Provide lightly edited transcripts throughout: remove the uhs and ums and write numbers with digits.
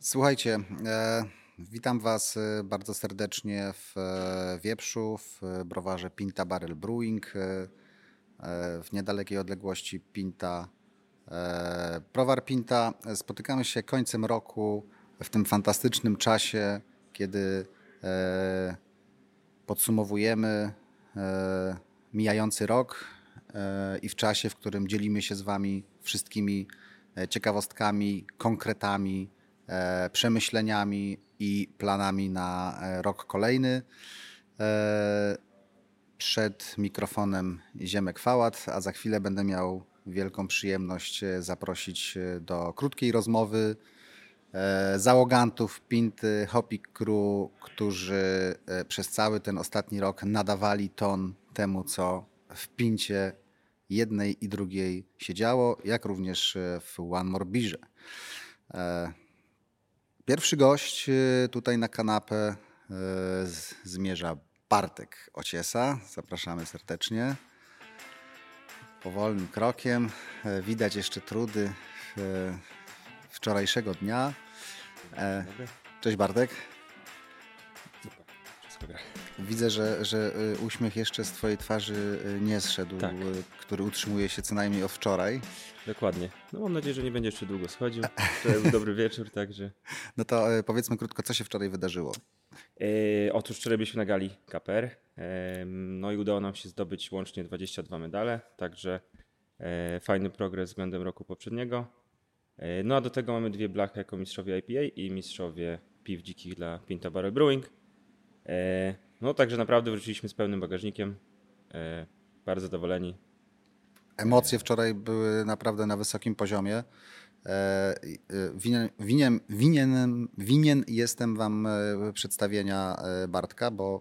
Słuchajcie, witam Was bardzo serdecznie w Wieprzu, w browarze Pinta Barrel Brewing, w niedalekiej odległości Pinta, browar Pinta. Spotykamy się końcem roku, w tym fantastycznym czasie, kiedy podsumowujemy mijający rok i w czasie, w którym dzielimy się z Wami wszystkimi ciekawostkami, konkretami, przemyśleniami i planami na rok kolejny. Przed mikrofonem Ziemek Fałat, a za chwilę będę miał wielką przyjemność zaprosić do krótkiej rozmowy załogantów Pinty Hoppy Crew, którzy przez cały ten ostatni rok nadawali ton temu, co w Pincie jednej i drugiej się działo, jak również w One More Beerze. Pierwszy gość tutaj na kanapę zmierza Bartek Ociesa. Zapraszamy serdecznie. Powolnym krokiem. Widać jeszcze trudy wczorajszego dnia. Cześć Bartek. Super, wszystko gra. Widzę, że uśmiech jeszcze z Twojej twarzy nie zszedł, Tak. który utrzymuje się co najmniej od wczoraj. Dokładnie. No mam nadzieję, że nie będzie jeszcze długo schodził. To był dobry wieczór, także. No to powiedzmy krótko, co się wczoraj wydarzyło. Otóż wczoraj byliśmy na gali KPR. No i udało nam się zdobyć łącznie 22 medale, także fajny progres względem roku poprzedniego. No a do tego mamy dwie blachy jako mistrzowie IPA i mistrzowie piw dzikich dla Pinta Barrel Brewing. No także naprawdę wróciliśmy z pełnym bagażnikiem. Bardzo zadowoleni. Emocje wczoraj były naprawdę na wysokim poziomie. Winien jestem Wam przedstawienia Bartka, bo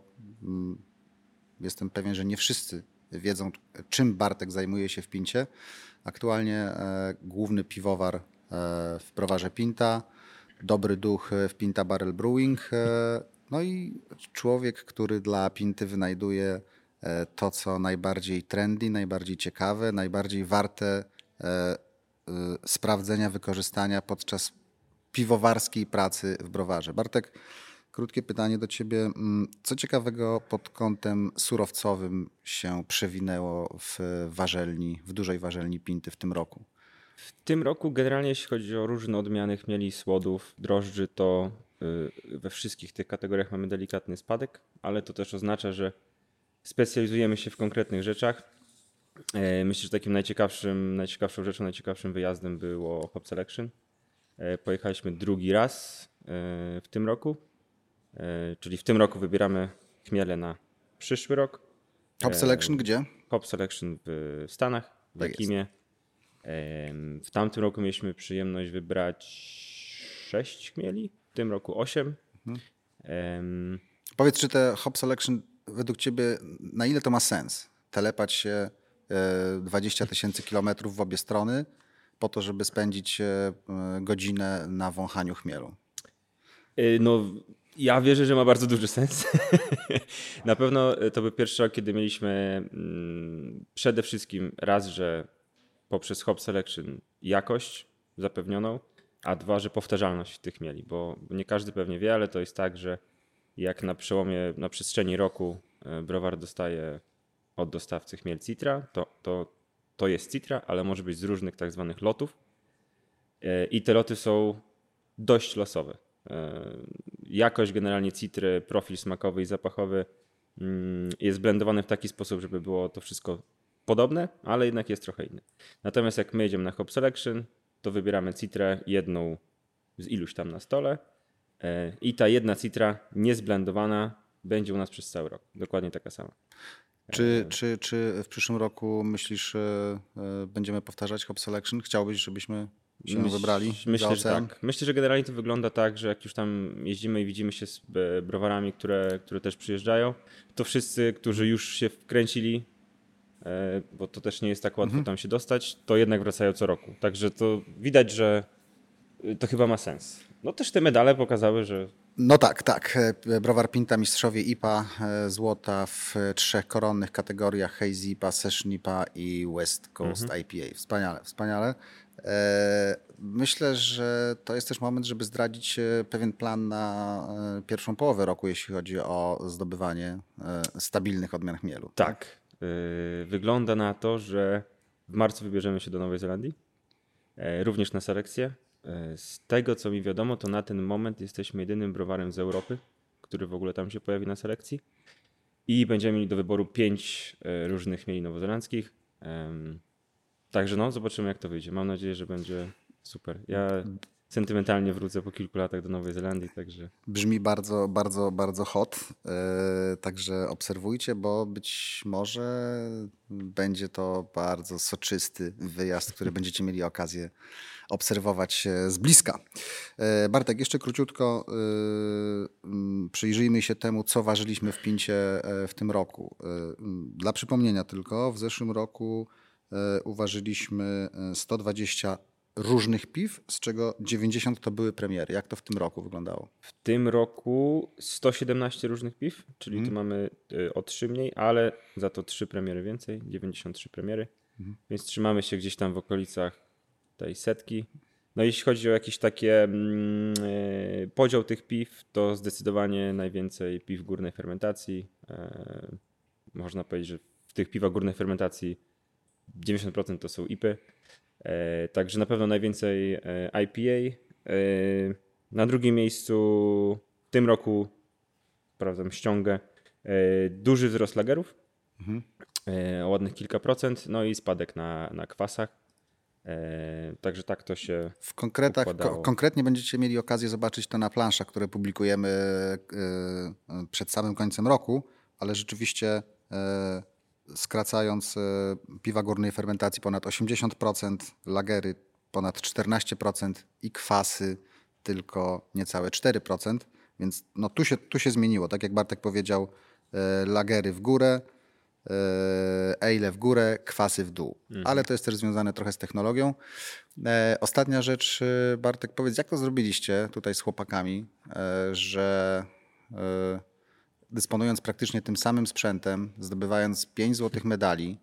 jestem pewien, że nie wszyscy wiedzą, czym Bartek zajmuje się w Pincie. Aktualnie główny piwowar w browarze Pinta, dobry duch w Pinta Barrel Brewing, no i człowiek, który dla Pinty wynajduje to, co najbardziej trendy, najbardziej ciekawe, najbardziej warte sprawdzenia, wykorzystania podczas piwowarskiej pracy w browarze. Bartek, krótkie pytanie do Ciebie. Co ciekawego pod kątem surowcowym się przewinęło w warzelni, w dużej warzelni Pinty w tym roku? W tym roku generalnie jeśli chodzi o różne odmiany chmieli, słodów, drożdży, to we wszystkich tych kategoriach mamy delikatny spadek, ale to też oznacza, że specjalizujemy się w konkretnych rzeczach. Myślę, że takim najciekawszą rzeczą, najciekawszym wyjazdem było Hop Selection. Pojechaliśmy drugi raz w tym roku, czyli w tym roku wybieramy chmiele na przyszły rok. Hop Selection gdzie? Hop Selection w Stanach, w Tak jest. Jakimie. W tamtym roku mieliśmy przyjemność wybrać 6 chmieli, w tym roku 8. Powiedz, czy te Hop Selection według Ciebie, na ile to ma sens? Telepać się 20 000 kilometrów w obie strony po to, żeby spędzić godzinę na wąchaniu chmielu? No, ja wierzę, że ma bardzo duży sens. Na pewno to był pierwszy rok, kiedy mieliśmy przede wszystkim raz, że poprzez Hop Selection jakość zapewnioną, a dwa, że powtarzalność tych chmieli, bo nie każdy pewnie wie, ale to jest tak, że jak na przestrzeni roku browar dostaje od dostawcy chmiel Citra, to jest Citra, ale może być z różnych tak zwanych lotów i te loty są dość losowe. Jakość generalnie Citry, profil smakowy i zapachowy jest blendowany w taki sposób, żeby było to wszystko podobne, ale jednak jest trochę inny. Natomiast jak my jedziemy na Hop Selection, to wybieramy Citrę jedną z iluś tam na stole i ta jedna Citra niezblendowana będzie u nas przez cały rok. Dokładnie taka sama. Czy w przyszłym roku myślisz, będziemy powtarzać Hop Selection? Chciałbyś, żebyśmy się wybrali za Myślę, że ocean? tak. Myślę, że generalnie to wygląda tak, że jak już tam jeździmy i widzimy się z browarami, które też przyjeżdżają, to wszyscy, którzy już się wkręcili, bo to też nie jest tak łatwo tam się dostać, to jednak wracają co roku. Także to widać, że to chyba ma sens. No też te medale pokazały, że No tak. Browar Pinta, mistrzowie IPA, złota w 3 koronnych kategoriach: Hazy IPA, Session IPA i West Coast IPA. Wspaniale. Myślę, że to jest też moment, żeby zdradzić pewien plan na pierwszą połowę roku, jeśli chodzi o zdobywanie stabilnych odmian chmielu. Tak. Wygląda na to, że w marcu wybierzemy się do Nowej Zelandii, również na selekcję. Z tego, co mi wiadomo, to na ten moment jesteśmy jedynym browarem z Europy, który w ogóle tam się pojawi na selekcji. I będziemy mieli do wyboru 5 różnych chmieli nowozelandzkich. Także no, zobaczymy, jak to wyjdzie. Mam nadzieję, że będzie super. Ja sentymentalnie wrócę po kilku latach do Nowej Zelandii, także... Brzmi bardzo, bardzo, bardzo hot, także obserwujcie, bo być może będzie to bardzo soczysty wyjazd, który będziecie mieli okazję obserwować z bliska. Bartek, jeszcze króciutko przyjrzyjmy się temu, co ważyliśmy w Pincie w tym roku. Dla przypomnienia tylko, w zeszłym roku uważyliśmy 120 różnych piw, z czego 90 to były premiery. Jak to w tym roku wyglądało? W tym roku 117 różnych piw, czyli tu mamy o 3 mniej, ale za to 3 premiery więcej, 93 premiery, więc trzymamy się gdzieś tam w okolicach tej setki. No jeśli chodzi o jakiś takie podział tych piw, to zdecydowanie najwięcej piw górnej fermentacji. Można powiedzieć, że w tych piwach górnej fermentacji 90% to są IPy. Także na pewno najwięcej IPA. Na drugim miejscu w tym roku, sprawdzam ściągę, duży wzrost lagerów, o ładnych kilka procent, no i spadek na kwasach. Także tak to się w konkretach, układało. Konkretnie będziecie mieli okazję zobaczyć to na planszach, które publikujemy przed samym końcem roku, ale rzeczywiście skracając piwa górnej fermentacji ponad 80%, lagery ponad 14% i kwasy tylko niecałe 4%, więc no tu się zmieniło. Tak jak Bartek powiedział, lagery w górę, ale w górę, kwasy w dół. Ale to jest też związane trochę z technologią. Ostatnia rzecz, Bartek, powiedz, jak to zrobiliście tutaj z chłopakami, że dysponując praktycznie tym samym sprzętem, zdobywając 5 złotych medali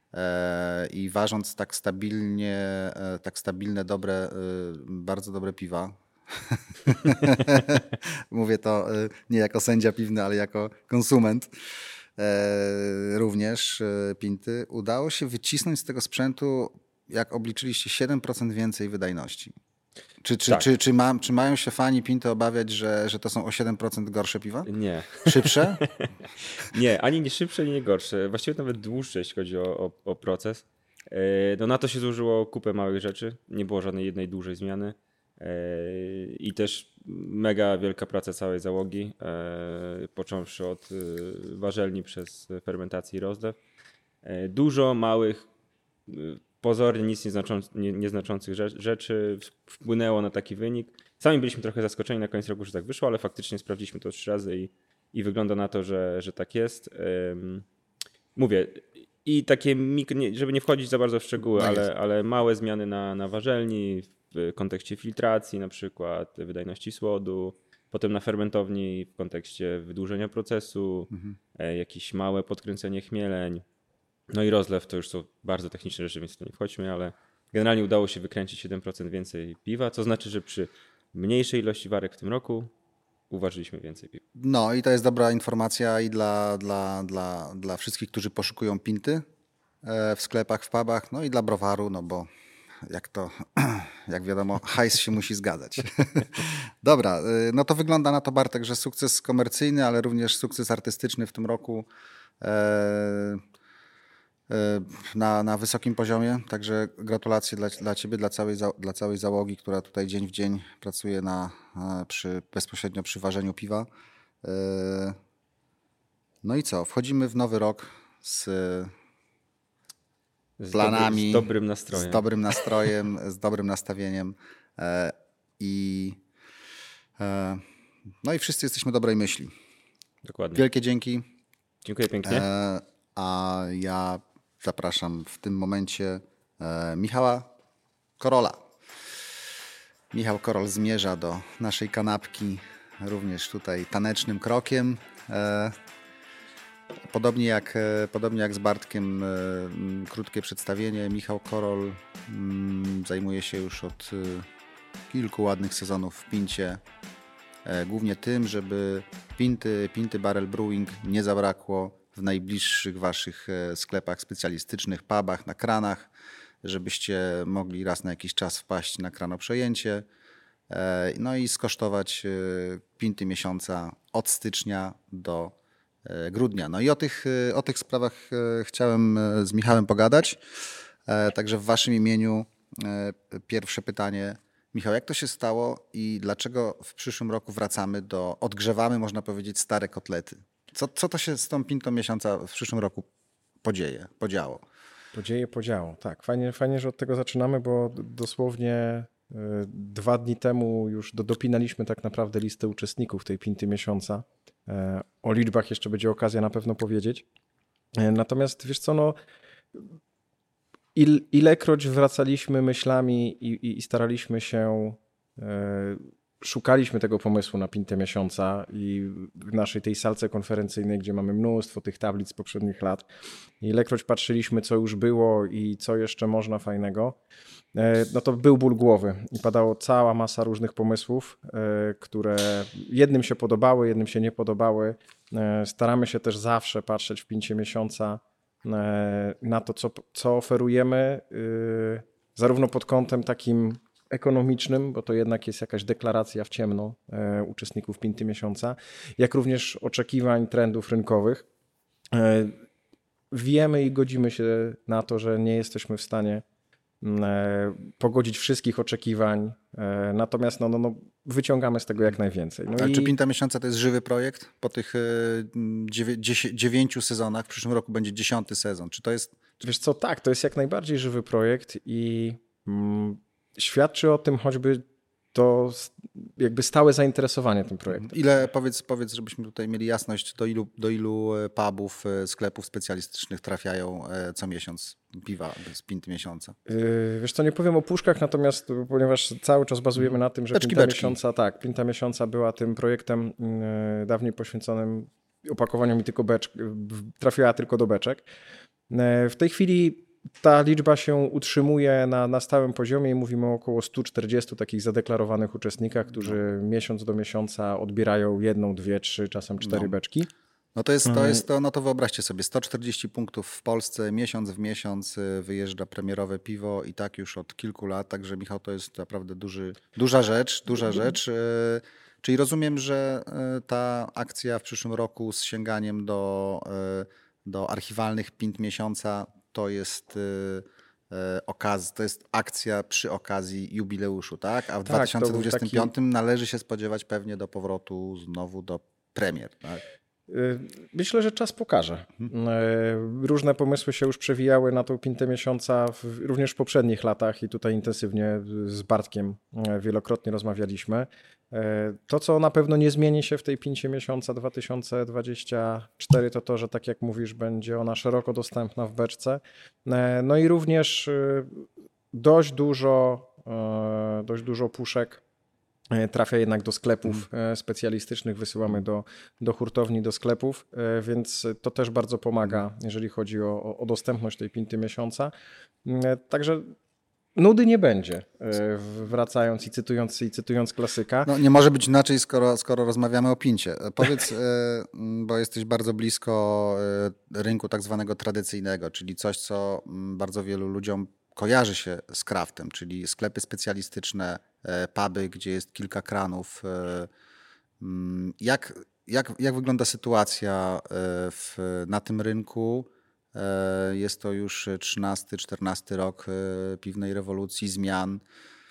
i ważąc tak stabilne, dobre, bardzo dobre piwa. Mówię to nie jako sędzia piwny, ale jako konsument również pinty. Udało się wycisnąć z tego sprzętu, jak obliczyliście, 7% więcej wydajności. Tak. Czy mają się fani pinty obawiać, że to są o 7% gorsze piwa? Nie. Szybsze? Nie, ani nie szybsze, ani nie gorsze. Właściwie nawet dłuższe, jeśli chodzi o proces. No na to się złożyło kupę małych rzeczy. Nie było żadnej jednej dużej zmiany. I też mega wielka praca całej załogi, począwszy od warzelni przez fermentację i rozlew. Dużo małych, pozornie nic nieznaczących rzeczy wpłynęło na taki wynik. Sami byliśmy trochę zaskoczeni na koniec roku, że tak wyszło, ale faktycznie sprawdziliśmy to 3 razy i wygląda na to, że tak jest. Mówię, i takie, żeby nie wchodzić za bardzo w szczegóły, ale małe zmiany na warzelni, w kontekście filtracji na przykład, wydajności słodu, potem na fermentowni w kontekście wydłużenia procesu, jakieś małe podkręcenie chmieleń, no i rozlew to już są bardzo techniczne rzeczy, więc to nie wchodźmy, ale generalnie udało się wykręcić 7% więcej piwa, co znaczy, że przy mniejszej ilości warek w tym roku uważyliśmy więcej piwa. No i to jest dobra informacja i dla wszystkich, którzy poszukują pinty w sklepach, w pubach, no i dla browaru, no bo jak wiadomo, hajs się musi zgadzać. Dobra, no to wygląda na to, Bartek, że sukces komercyjny, ale również sukces artystyczny w tym roku na wysokim poziomie. Także gratulacje dla Ciebie, dla całej załogi, która tutaj dzień w dzień pracuje bezpośrednio przy ważeniu piwa. No i co? Wchodzimy w nowy rok z planami, z dobrym nastrojem, z dobrym nastawieniem no i wszyscy jesteśmy dobrej myśli. Dokładnie. Wielkie dzięki. Dziękuję pięknie. A ja zapraszam w tym momencie Michała Korola. Michał Korol zmierza do naszej kanapki również tutaj tanecznym krokiem. Podobnie jak z Bartkiem, krótkie przedstawienie. Michał Korol zajmuje się już od kilku ładnych sezonów w pincie. Głównie tym, żeby pinty Barrel Brewing nie zabrakło w najbliższych waszych sklepach specjalistycznych, pubach, na kranach, żebyście mogli raz na jakiś czas wpaść na kranoprzejęcie, no i skosztować pinty miesiąca od stycznia do grudnia. No i o tych sprawach chciałem z Michałem pogadać. Także w waszym imieniu pierwsze pytanie. Michał, jak to się stało i dlaczego w przyszłym roku odgrzewamy, można powiedzieć, stare kotlety? Co to się z tą pintą miesiąca w przyszłym roku podziało? Podziało, tak. Fajnie, że od tego zaczynamy, bo dosłownie 2 dni temu już dopinaliśmy tak naprawdę listę uczestników tej pinty miesiąca. O liczbach jeszcze będzie okazja na pewno powiedzieć. Natomiast wiesz co, no ilekroć wracaliśmy myślami i staraliśmy się, szukaliśmy tego pomysłu na pintę miesiąca i w naszej tej salce konferencyjnej, gdzie mamy mnóstwo tych tablic z poprzednich lat, ilekroć patrzyliśmy, co już było i co jeszcze można fajnego, no to był ból głowy i padało cała masa różnych pomysłów, które jednym się podobały, jednym się nie podobały. Staramy się też zawsze patrzeć w pincie miesiąca na to, co oferujemy, zarówno pod kątem takim ekonomicznym, bo to jednak jest jakaś deklaracja w ciemno uczestników pinty miesiąca, jak również oczekiwań, trendów rynkowych. Wiemy i godzimy się na to, że nie jesteśmy w stanie pogodzić wszystkich oczekiwań, natomiast no, wyciągamy z tego jak najwięcej. No Ale czy Pinta Miesiąca to jest żywy projekt? Po tych 9 sezonach, w przyszłym roku będzie 10. sezon. Czy to jest... Wiesz co, tak, to jest jak najbardziej żywy projekt i świadczy o tym choćby to jakby stałe zainteresowanie tym projektem. Ile, powiedz, żebyśmy tutaj mieli jasność, do ilu pubów, sklepów specjalistycznych trafiają co miesiąc piwa z Pinty Miesiąca? Wiesz co, nie powiem o puszkach, natomiast ponieważ cały czas bazujemy na tym, że Pinta Miesiąca była tym projektem dawniej poświęconym opakowaniom i tylko trafiła tylko do beczek. W tej chwili ta liczba się utrzymuje na stałym poziomie i mówimy o około 140 takich zadeklarowanych uczestnikach, którzy miesiąc do miesiąca odbierają 1, 2, 3, czasem 4 beczki. No to wyobraźcie sobie, 140 punktów w Polsce, miesiąc w miesiąc wyjeżdża premierowe piwo i tak już od kilku lat, także Michał, to jest naprawdę duża rzecz. Czyli rozumiem, że ta akcja w przyszłym roku z sięganiem do archiwalnych pint miesiąca to jest akcja przy okazji jubileuszu, tak? A w 2025 należy się spodziewać pewnie do powrotu znowu do premier, tak? Myślę, że czas pokaże. Różne pomysły się już przewijały na tą Pintę Miesiąca również w poprzednich latach i tutaj intensywnie z Bartkiem wielokrotnie rozmawialiśmy. To, co na pewno nie zmieni się w tej Pincie Miesiąca 2024, to to, że tak jak mówisz, będzie ona szeroko dostępna w beczce. No i również dość dużo puszek trafia jednak do sklepów specjalistycznych, wysyłamy do hurtowni, do sklepów, więc to też bardzo pomaga, jeżeli chodzi o dostępność tej Pinty Miesiąca. Także nudy nie będzie, wracając i cytując klasyka. No, nie może być inaczej, skoro rozmawiamy o pincie. Powiedz, bo jesteś bardzo blisko rynku tak zwanego tradycyjnego, czyli coś, co bardzo wielu ludziom kojarzy się z craftem, czyli sklepy specjalistyczne, puby, gdzie jest kilka kranów. Jak wygląda sytuacja na tym rynku? Jest to już 13-14 rok piwnej rewolucji, zmian.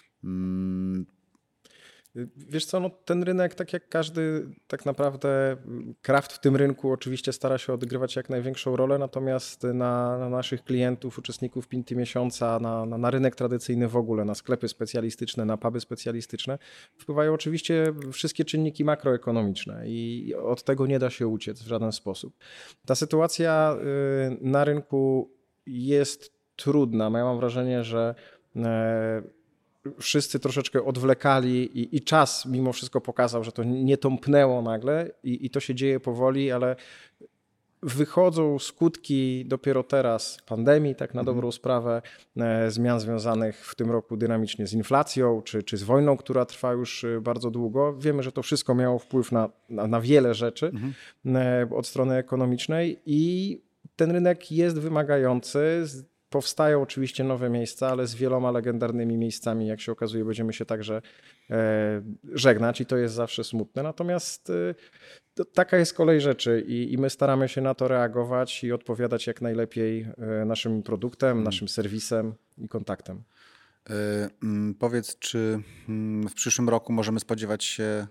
Wiesz co, no ten rynek, tak jak każdy, tak naprawdę craft w tym rynku oczywiście stara się odgrywać jak największą rolę, natomiast na naszych klientów, uczestników Pinty Miesiąca, na rynek tradycyjny w ogóle, na sklepy specjalistyczne, na puby specjalistyczne wpływają oczywiście wszystkie czynniki makroekonomiczne i od tego nie da się uciec w żaden sposób. Ta sytuacja na rynku jest trudna. Ja mam wrażenie, że wszyscy troszeczkę odwlekali i czas mimo wszystko pokazał, że to nie tąpnęło nagle i to się dzieje powoli, ale wychodzą skutki dopiero teraz pandemii, tak na dobrą sprawę, zmian związanych w tym roku dynamicznie z inflacją, czy z wojną, która trwa już bardzo długo. Wiemy, że to wszystko miało wpływ na wiele rzeczy od strony ekonomicznej i ten rynek jest wymagający. Powstają oczywiście nowe miejsca, ale z wieloma legendarnymi miejscami, jak się okazuje, będziemy się także żegnać i to jest zawsze smutne. Natomiast taka jest kolej rzeczy i my staramy się na to reagować i odpowiadać jak najlepiej naszym produktem, naszym serwisem i kontaktem. Powiedz, czy w przyszłym roku możemy spodziewać się,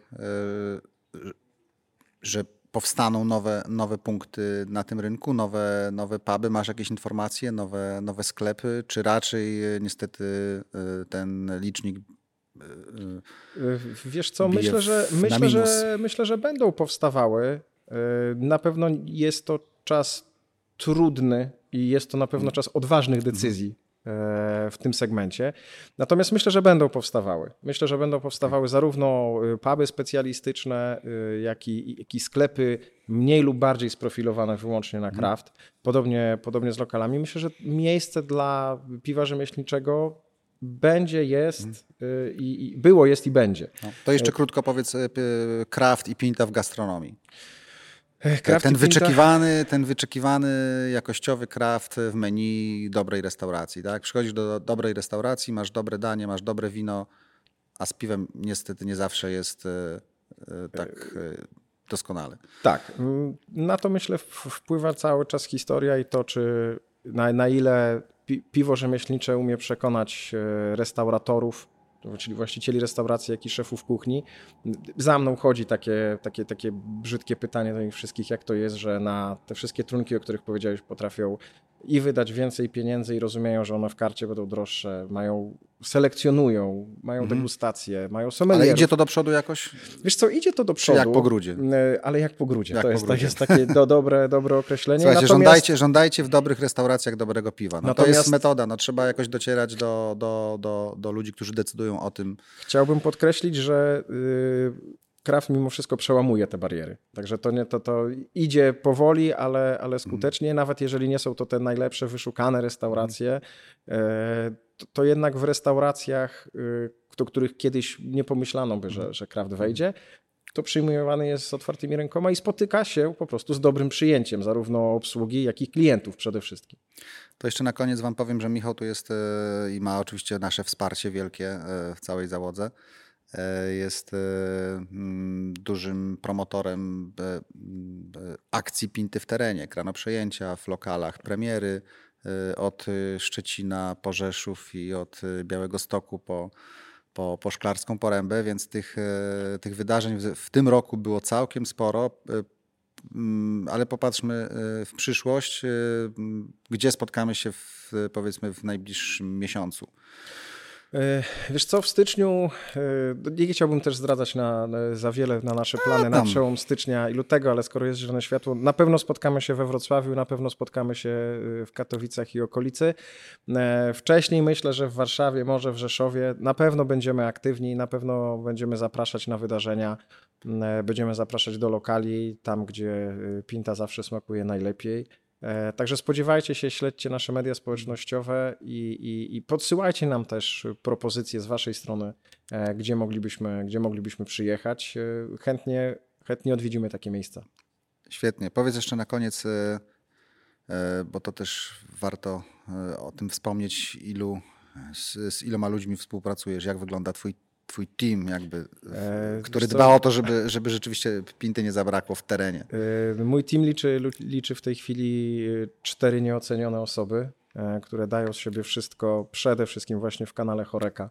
że powstaną nowe punkty na tym rynku, nowe puby? Masz jakieś informacje, nowe sklepy, czy raczej niestety ten licznik Wiesz co, bije myślę, że będą powstawały. Na pewno jest to czas trudny i jest to na pewno czas odważnych decyzji w tym segmencie. Natomiast myślę, że będą powstawały. Myślę, że będą powstawały zarówno puby specjalistyczne, jak i sklepy mniej lub bardziej sprofilowane wyłącznie na craft. Podobnie z lokalami. Myślę, że miejsce dla piwa rzemieślniczego będzie, jest i było, jest i będzie. No, to jeszcze krótko powiedz craft i pinta w gastronomii. Ten wyczekiwany jakościowy craft w menu dobrej restauracji. Tak? Przychodzisz do dobrej restauracji, masz dobre danie, masz dobre wino, a z piwem niestety nie zawsze jest tak doskonale. Tak, na to myślę wpływa cały czas historia i to, czy na ile piwo rzemieślnicze umie przekonać restauratorów, czyli właścicieli restauracji, jak i szefów kuchni. Za mną chodzi takie brzydkie pytanie do nich wszystkich, jak to jest, że na te wszystkie trunki, o których powiedziałeś, potrafią i wydać więcej pieniędzy i rozumieją, że one w karcie będą droższe, selekcjonują, mają degustacje, mają sommelierów. Ale idzie to do przodu jakoś? Wiesz co, idzie to do przodu. Jak po grudzie. Ale jak po grudzie. To jest takie dobre określenie. Słuchajcie, żądajcie w dobrych restauracjach dobrego piwa. To jest metoda. Trzeba jakoś docierać do ludzi, którzy decydują o tym. Chciałbym podkreślić, że craft mimo wszystko przełamuje te bariery. Także to idzie powoli, ale skutecznie. Nawet jeżeli nie są to te najlepsze, wyszukane restauracje, to jednak w restauracjach, do których kiedyś nie pomyślano by, że craft wejdzie, to przyjmowany jest z otwartymi rękoma i spotyka się po prostu z dobrym przyjęciem zarówno obsługi, jak i klientów przede wszystkim. To jeszcze na koniec wam powiem, że Michał tu jest i ma oczywiście nasze wsparcie wielkie w całej załodze. Jest dużym promotorem akcji pinty w terenie, kranoprzejęcia w lokalach, premiery od Szczecina po Rzeszów i od Białegostoku po Szklarską Porębę, więc tych wydarzeń w tym roku było całkiem sporo, ale popatrzmy w przyszłość, gdzie spotkamy się powiedzmy w najbliższym miesiącu. Wiesz co, w styczniu, nie chciałbym też zdradzać za wiele na nasze plany na przełom stycznia i lutego, ale skoro jest zielone światło, na pewno spotkamy się we Wrocławiu, na pewno spotkamy się w Katowicach i okolicy. Wcześniej myślę, że w Warszawie, może w Rzeszowie na pewno będziemy aktywni, na pewno będziemy zapraszać na wydarzenia, będziemy zapraszać do lokali, tam gdzie pinta zawsze smakuje najlepiej. Także spodziewajcie się, śledźcie nasze media społecznościowe i podsyłajcie nam też propozycje z waszej strony, gdzie moglibyśmy przyjechać. Chętnie odwiedzimy takie miejsca. Świetnie. Powiedz jeszcze na koniec, bo to też warto o tym wspomnieć, z iloma ludźmi współpracujesz, jak wygląda twój team, który dba o to, żeby rzeczywiście pinty nie zabrakło w terenie. Mój team liczy w tej chwili 4 nieocenione osoby, które dają z siebie wszystko, przede wszystkim właśnie w kanale Horeca,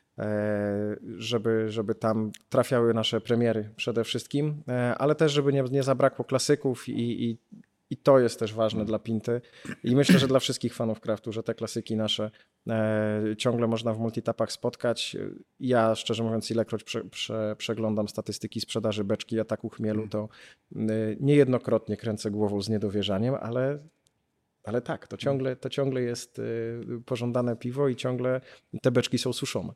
żeby tam trafiały nasze premiery przede wszystkim, ale też żeby nie zabrakło klasyków i to jest też ważne dla pinty i myślę, że dla wszystkich fanów craftu, że te klasyki nasze ciągle można w multitapach spotkać. Ja szczerze mówiąc, ilekroć przeglądam statystyki sprzedaży beczki Ataku Chmielu, to niejednokrotnie kręcę głową z niedowierzaniem, ale tak, to ciągle jest pożądane piwo i ciągle te beczki są suszone.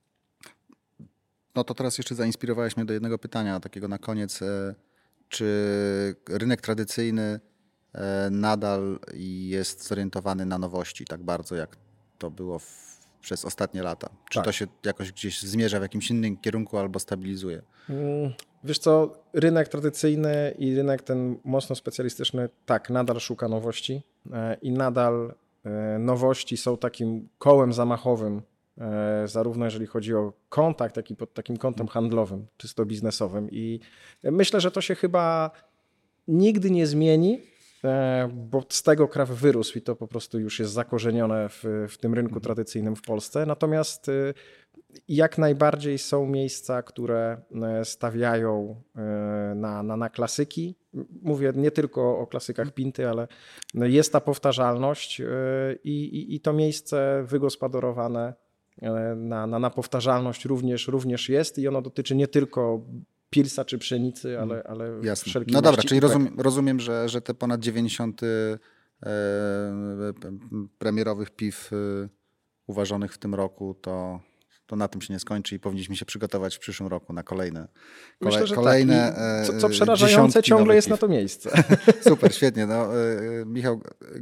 No to teraz jeszcze zainspirowałeś mnie do jednego pytania, takiego na koniec. Czy rynek tradycyjny nadal jest zorientowany na nowości tak bardzo, jak to było przez ostatnie lata? Czy Tak. to się jakoś gdzieś zmierza w jakimś innym kierunku albo stabilizuje? Wiesz co, rynek tradycyjny i rynek ten mocno specjalistyczny, tak, nadal szuka nowości i nadal nowości są takim kołem zamachowym, zarówno jeżeli chodzi o kontakt, jak i pod takim kątem handlowym, czysto biznesowym. I myślę, że to się chyba nigdy nie zmieni, bo z tego Kraft wyrósł i to po prostu już jest zakorzenione w tym rynku tradycyjnym w Polsce. Natomiast jak najbardziej są miejsca, które stawiają na klasyki. Mówię nie tylko o klasykach Pinty, ale jest ta powtarzalność i to miejsce wygospodarowane na powtarzalność również jest i ono dotyczy nie tylko pilsa czy pszenicy, ale Jasne. wszelkich No dobra, maści. czyli rozumiem, że te ponad 90 premierowych piw uważonych w tym roku, to na tym się nie skończy i powinniśmy się przygotować w przyszłym roku na kolejne Myślę, że kolejne tak. Co przerażające, dziesiątki ciągle nowych jest piw. na to miejsce. Super, świetnie. No, Michał,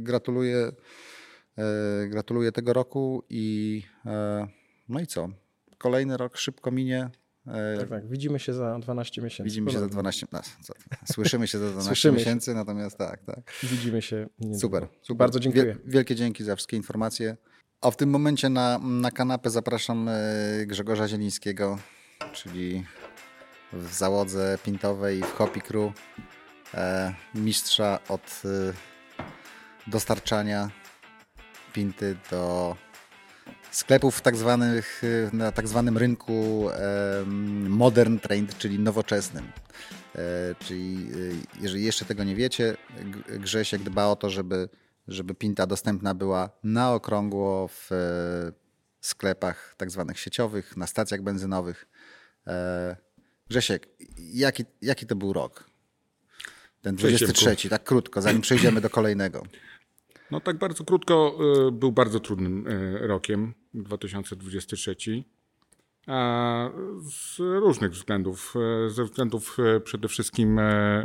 gratuluję tego roku i no i co? Kolejny rok szybko minie. Tak. Widzimy się za 12 miesięcy. Widzimy się za 12, słyszymy się za 12 Słyszymy się. miesięcy, natomiast tak. Widzimy się niedługo. Super. Bardzo dziękuję. Wielkie dzięki za wszystkie informacje. A w tym momencie na kanapę zapraszam Grzegorza Zielińskiego, czyli w załodze pintowej w Hopi Crew, mistrza od dostarczania pinty do sklepów na tak zwanym rynku modern trade, czyli nowoczesnym. Czyli jeżeli jeszcze tego nie wiecie, Grzesiek dba o to, żeby pinta dostępna była na okrągło w sklepach tak zwanych sieciowych, na stacjach benzynowych. Grzesiek, jaki to był rok? Ten 23, tak krótko, zanim przejdziemy do kolejnego. No tak bardzo krótko, był bardzo trudnym rokiem 2023. A z różnych względów. Ze względów przede wszystkim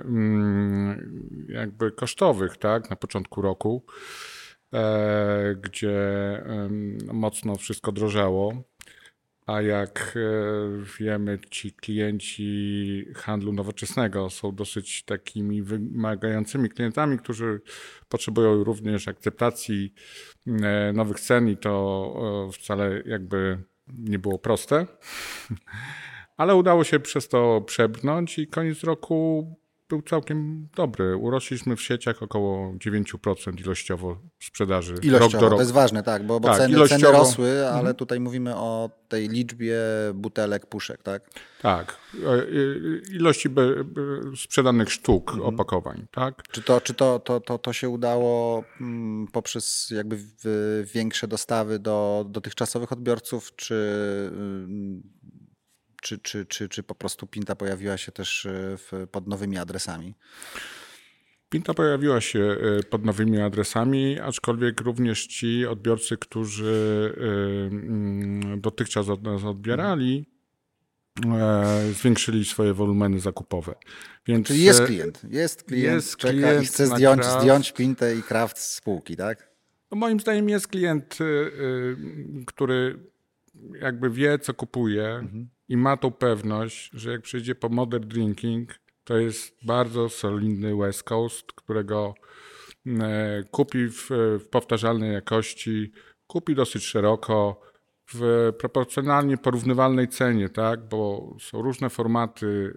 jakby kosztowych, tak, na początku roku, gdzie mocno wszystko drożało. A jak wiemy, ci klienci handlu nowoczesnego są dosyć takimi wymagającymi klientami, którzy potrzebują również akceptacji nowych cen i to wcale jakby nie było proste. Ale udało się przez to przebrnąć i koniec roku był całkiem dobry. Urośliśmy w sieciach około 9% ilościowo sprzedaży. Ilościowo, rok do roku. to jest ważne, tak, bo Tak, ceny ilościowo. rosły, ale tutaj mówimy o tej liczbie butelek, puszek, tak? Tak. Ilości sprzedanych sztuk opakowań, tak? Czy to się udało poprzez jakby większe dostawy do dotychczasowych odbiorców, czy po prostu pinta pojawiła się też pod nowymi adresami? Pinta pojawiła się pod nowymi adresami, aczkolwiek również ci odbiorcy, którzy dotychczas od nas odbierali, zwiększyli swoje wolumeny zakupowe. Więc Czyli jest klient, czeka klient i chce na zdjąć pintę i Kraft z spółki, tak? No moim zdaniem jest klient, który jakby wie, co kupuje i ma tą pewność, że jak przyjdzie po Modern Drinking, to jest bardzo solidny West Coast, którego kupi w powtarzalnej jakości, kupi dosyć szeroko, w proporcjonalnie porównywalnej cenie, tak? Bo są różne formaty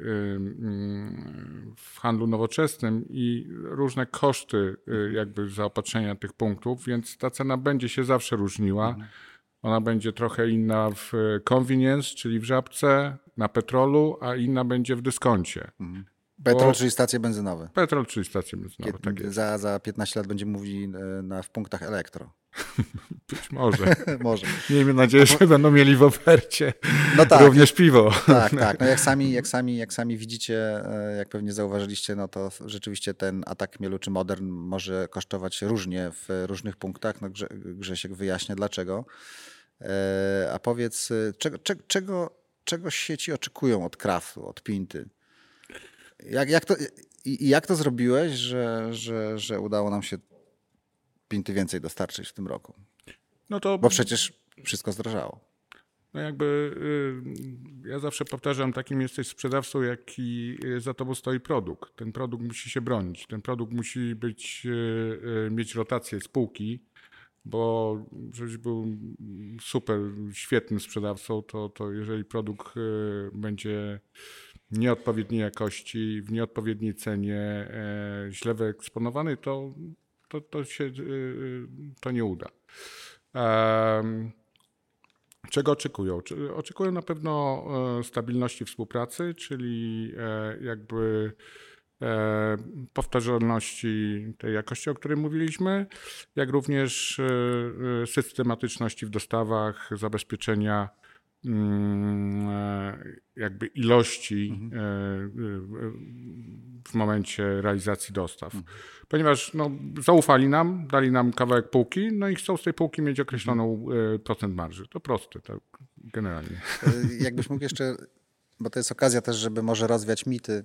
w handlu nowoczesnym i różne koszty jakby zaopatrzenia tych punktów, więc ta cena będzie się zawsze różniła. Ona będzie trochę inna w convenience, czyli w żabce, na petrolu, a inna będzie w dyskoncie. Petrol, czyli stacje benzynowe. Petrol, czyli stacje benzynowe, tak jest. Za 15 lat będziemy mówili w punktach elektro. Być może. Może. Miejmy nadzieję, że będą mieli w ofercie No tak. również piwo. Tak. No jak sami widzicie, jak pewnie zauważyliście, no to rzeczywiście ten atak chmielu czy modern może kosztować różnie w różnych punktach. No Grzesiek wyjaśnia dlaczego. A powiedz, czego sieci oczekują od Kraftu, od Pinty? I jak to zrobiłeś, że udało nam się pinty więcej dostarczyć w tym roku? No to Bo przecież wszystko zdrożało. no jakby ja zawsze powtarzam, takim jesteś sprzedawcą, jaki za tobą stoi produkt. Ten produkt musi się bronić. Ten produkt musi mieć rotację spółki, bo żebyś był super, świetnym sprzedawcą, to jeżeli produkt będzie nieodpowiedniej jakości, w nieodpowiedniej cenie, źle wyeksponowany, to nie uda. Czego oczekują? Oczekują na pewno stabilności współpracy, czyli jakby powtarzalności tej jakości, o której mówiliśmy, jak również systematyczności w dostawach, zabezpieczenia jakby ilości w momencie realizacji dostaw. Ponieważ no, zaufali nam, dali nam kawałek półki, no i chcą z tej półki mieć określoną procent marży. To proste, tak generalnie. Jakbyś mógł jeszcze, bo to jest okazja też, żeby może rozwiać mity,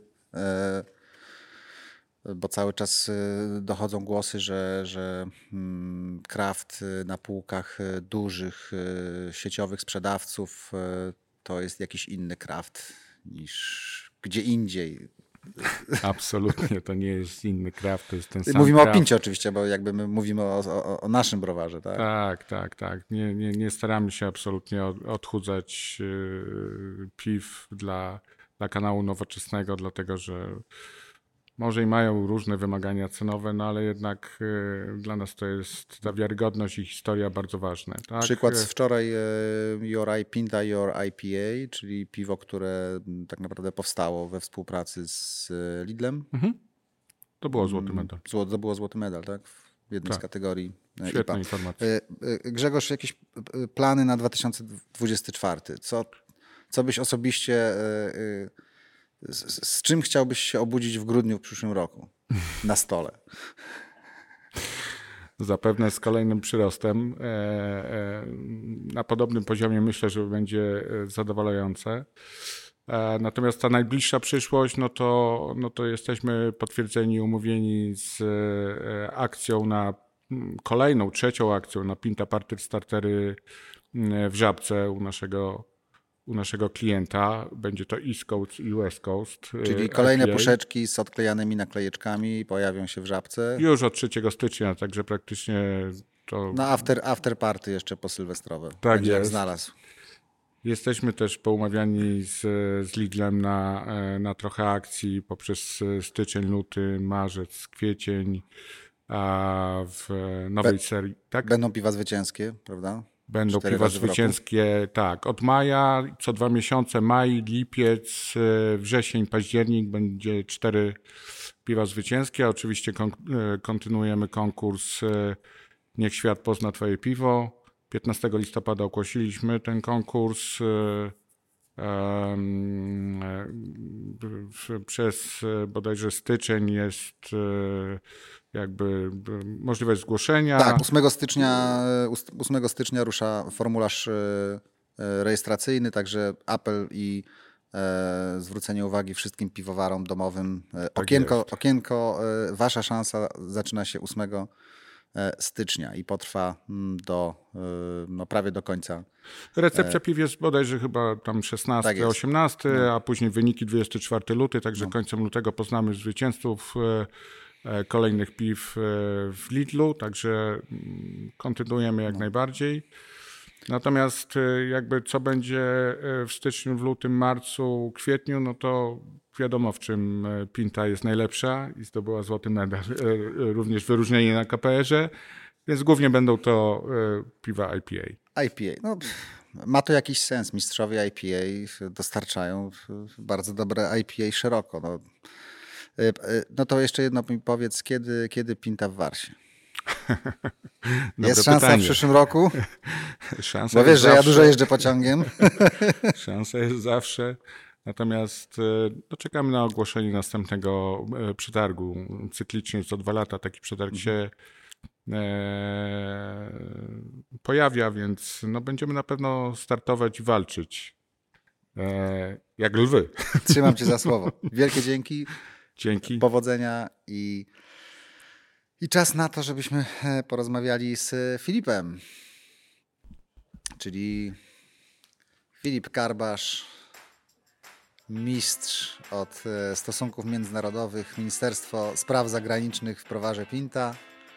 bo cały czas dochodzą głosy, że kraft na półkach dużych sieciowych sprzedawców to jest jakiś inny kraft niż gdzie indziej. Absolutnie, to nie jest inny kraft, to jest ten sam Mówimy kraft. o pincie oczywiście, bo jakby my mówimy o naszym browarze, tak? Tak. Nie staramy się absolutnie odchudzać piw dla kanału nowoczesnego, dlatego że może i mają różne wymagania cenowe, no ale jednak dla nas to jest ta wiarygodność i historia bardzo ważne. Tak? Przykład z wczoraj Pinta Your IPA, czyli piwo, które tak naprawdę powstało we współpracy z Lidlem. To było złoty medal. To było złoty medal, tak? W jednej z kategorii Świetna IPA. informacja. Grzegorz, jakieś plany na 2024? Co byś osobiście, z czym chciałbyś się obudzić w grudniu w przyszłym roku na stole? Zapewne z kolejnym przyrostem. Na podobnym poziomie myślę, że będzie zadowalające. Natomiast ta najbliższa przyszłość, no to jesteśmy potwierdzeni, umówieni z akcją na kolejną, trzecią akcją na Pinta Party Startery w Żabce u naszego klienta. Będzie to East Coast i West Coast. Czyli kolejne IPA. puszeczki z odklejanymi naklejeczkami pojawią się w Żabce. Już od 3 stycznia, także praktycznie to... Na after party jeszcze posylwestrowe. Tak Będzie jak jest. znalazł. Jesteśmy też poumawiani z Lidlem na trochę akcji poprzez styczeń, luty, marzec, kwiecień, a w nowej serii. Tak? Będą piwa zwycięskie, prawda? Będą 4 piwa razy w roku. zwycięskie, tak, od maja, co 2 miesiące, maj, lipiec, wrzesień, październik, będzie 4 piwa zwycięskie. Oczywiście kontynuujemy konkurs Niech świat pozna twoje piwo. 15 listopada ogłosiliśmy ten konkurs. Przez bodajże styczeń jest jakby możliwość zgłoszenia. Tak, 8 stycznia rusza formularz rejestracyjny, także apel i zwrócenie uwagi wszystkim piwowarom domowym. Okienko, wasza szansa zaczyna się 8 stycznia i potrwa prawie do końca. Recepcja piw jest bodajże chyba tam 16, Tak jest. 18, a później wyniki 24 luty, także końcem lutego poznamy zwycięzców kolejnych piw w Lidlu, także kontynuujemy jak najbardziej. Natomiast jakby co będzie w styczniu, w lutym, marcu, kwietniu, no to wiadomo, w czym Pinta jest najlepsza i zdobyła złoty medal, również wyróżnienie na KPR-ze, więc głównie będą to piwa IPA. IPA, ma to jakiś sens. Mistrzowie IPA dostarczają bardzo dobre IPA szeroko. No to jeszcze jedno mi powiedz, kiedy Pinta w Warsie? Jest szansa pytanie. w przyszłym roku? Szansa Bo wiesz, jest że ja zawsze. dużo jeżdżę pociągiem. Szansa jest zawsze. Natomiast czekamy na ogłoszenie następnego przetargu. Cyklicznie co 2 lata taki przetarg się pojawia, więc będziemy na pewno startować i walczyć jak lwy. Trzymam cię za słowo. Wielkie dzięki. Dzięki. Powodzenia i czas na to, żebyśmy porozmawiali z Filipem. Czyli Filip Karbasz, mistrz od stosunków międzynarodowych, Ministerstwo Spraw Zagranicznych w Prowarze Pinta.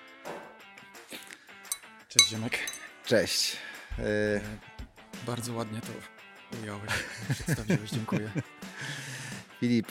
Cześć Ziemek. Cześć. Bardzo ładnie to ująłeś, przedstawiłeś, dziękuję. Filip,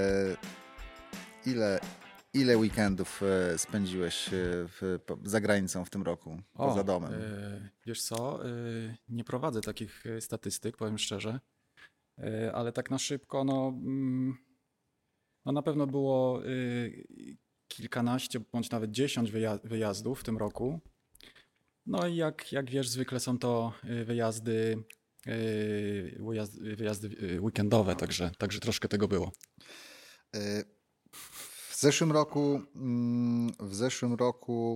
ile weekendów spędziłeś za granicą w tym roku, poza domem? Wiesz co, nie prowadzę takich statystyk, powiem szczerze, ale tak na szybko, no na pewno było kilkanaście bądź nawet 10 wyjazdów w tym roku. No i jak wiesz, zwykle są to wyjazdy weekendowe, także troszkę tego było. W zeszłym roku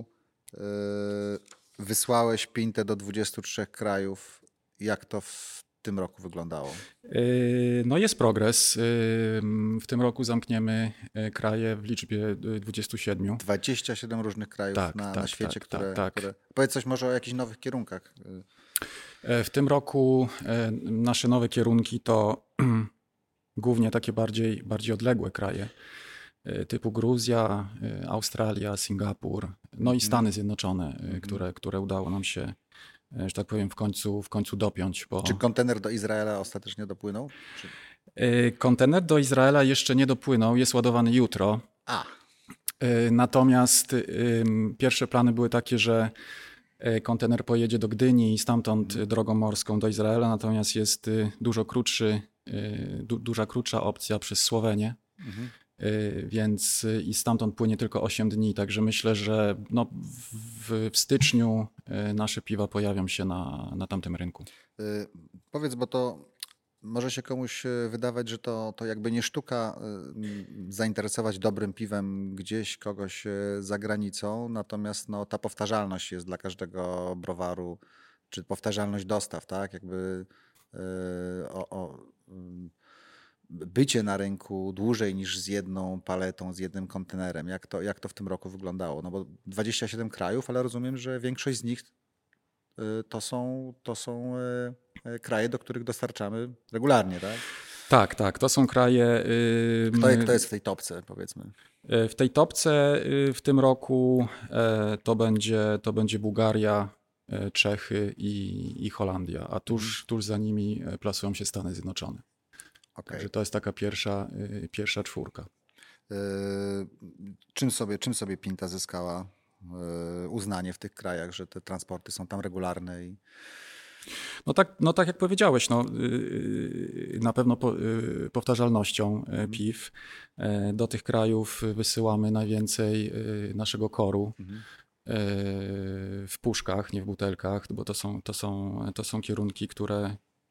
wysłałeś Pintę do 23 krajów. Jak to w tym roku wyglądało? No jest progres. W tym roku zamkniemy kraje w liczbie 27. 27 różnych krajów na świecie, które... Powiedz coś może o jakichś nowych kierunkach. W tym roku nasze nowe kierunki to głównie takie bardziej odległe kraje, typu Gruzja, Australia, Singapur, no i Stany Zjednoczone, które udało nam się, że tak powiem, w końcu dopiąć. Czy kontener do Izraela ostatecznie dopłynął? Kontener do Izraela jeszcze nie dopłynął, jest ładowany jutro. Natomiast pierwsze plany były takie, że kontener pojedzie do Gdyni i stamtąd drogą morską do Izraela, natomiast jest duża krótsza opcja przez Słowenię, więc i stamtąd płynie tylko 8 dni, także myślę, że w styczniu nasze piwa pojawią się na tamtym rynku. Powiedz, bo to może się komuś wydawać, że to jakby nie sztuka zainteresować dobrym piwem gdzieś kogoś za granicą, natomiast ta powtarzalność jest dla każdego browaru, czy powtarzalność dostaw, tak? Jakby bycie na rynku dłużej niż z jedną paletą, z jednym kontenerem. Jak to w tym roku wyglądało? No bo 27 krajów, ale rozumiem, że większość z nich to są kraje, do których dostarczamy regularnie, tak? Tak, to są kraje... Kto jest w tej topce, powiedzmy? W tej topce w tym roku to będzie Bułgaria, Czechy i Holandia, a tuż za nimi plasują się Stany Zjednoczone. Okay. Także to jest taka pierwsza czwórka. Czym sobie Pinta zyskała uznanie w tych krajach, że te transporty są tam regularne? No tak jak powiedziałeś, na pewno powtarzalnością piw. Do tych krajów wysyłamy najwięcej naszego koru w puszkach, nie w butelkach, bo to są kierunki, które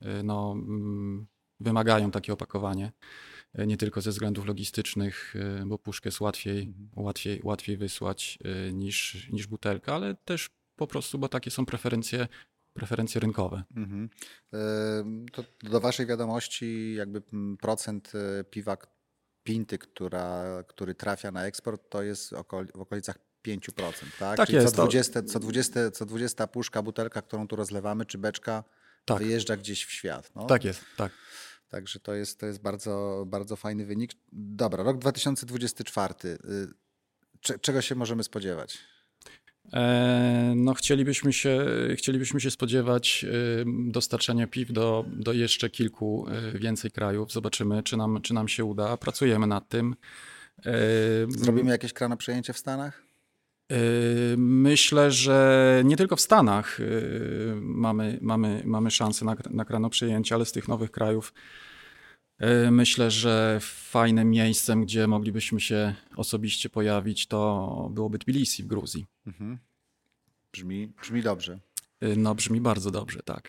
wymagają takie opakowanie. Nie tylko ze względów logistycznych, bo puszkę jest łatwiej wysłać niż butelkę, ale też po prostu, bo takie są preferencje rynkowe. To do waszej wiadomości jakby procent piwa Pinty, który trafia na eksport, to jest w okolicach 5%, tak? Tak Czyli jest. Co 20 puszka, butelka, którą tu rozlewamy, czy beczka, wyjeżdża gdzieś w świat. No? Tak jest, tak. Także to jest bardzo, bardzo fajny wynik. Dobra, rok 2024. Czego się możemy spodziewać? Chcielibyśmy się spodziewać dostarczania piw do jeszcze kilku więcej krajów. Zobaczymy, czy nam się uda. Pracujemy nad tym. Zrobimy jakieś kranoprzejęcie w Stanach? Myślę, że nie tylko w Stanach mamy szansę na kranoprzejęcie, ale z tych nowych krajów myślę, że fajnym miejscem, gdzie moglibyśmy się osobiście pojawić, to byłoby Tbilisi w Gruzji. Brzmi dobrze. No, brzmi bardzo dobrze, tak.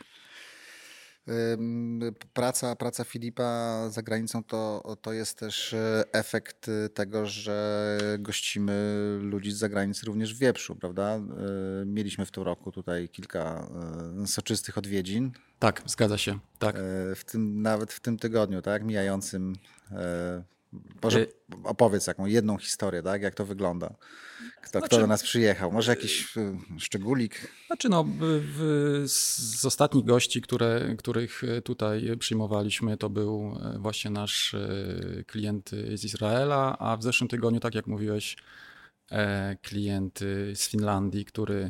Praca Filipa za granicą to jest też efekt tego, że gościmy ludzi z zagranicy również w Wieprzu, prawda? Mieliśmy w tym roku tutaj kilka soczystych odwiedzin. Tak, zgadza się. Tak. Nawet w tym tygodniu, tak? Mijającym. opowiedz jedną historię, tak? Jak to wygląda. Kto do nas przyjechał? Może jakiś szczególik? Znaczy no, z ostatnich gości, których tutaj przyjmowaliśmy, to był właśnie nasz klient z Izraela, a w zeszłym tygodniu, tak jak mówiłeś, klient z Finlandii, który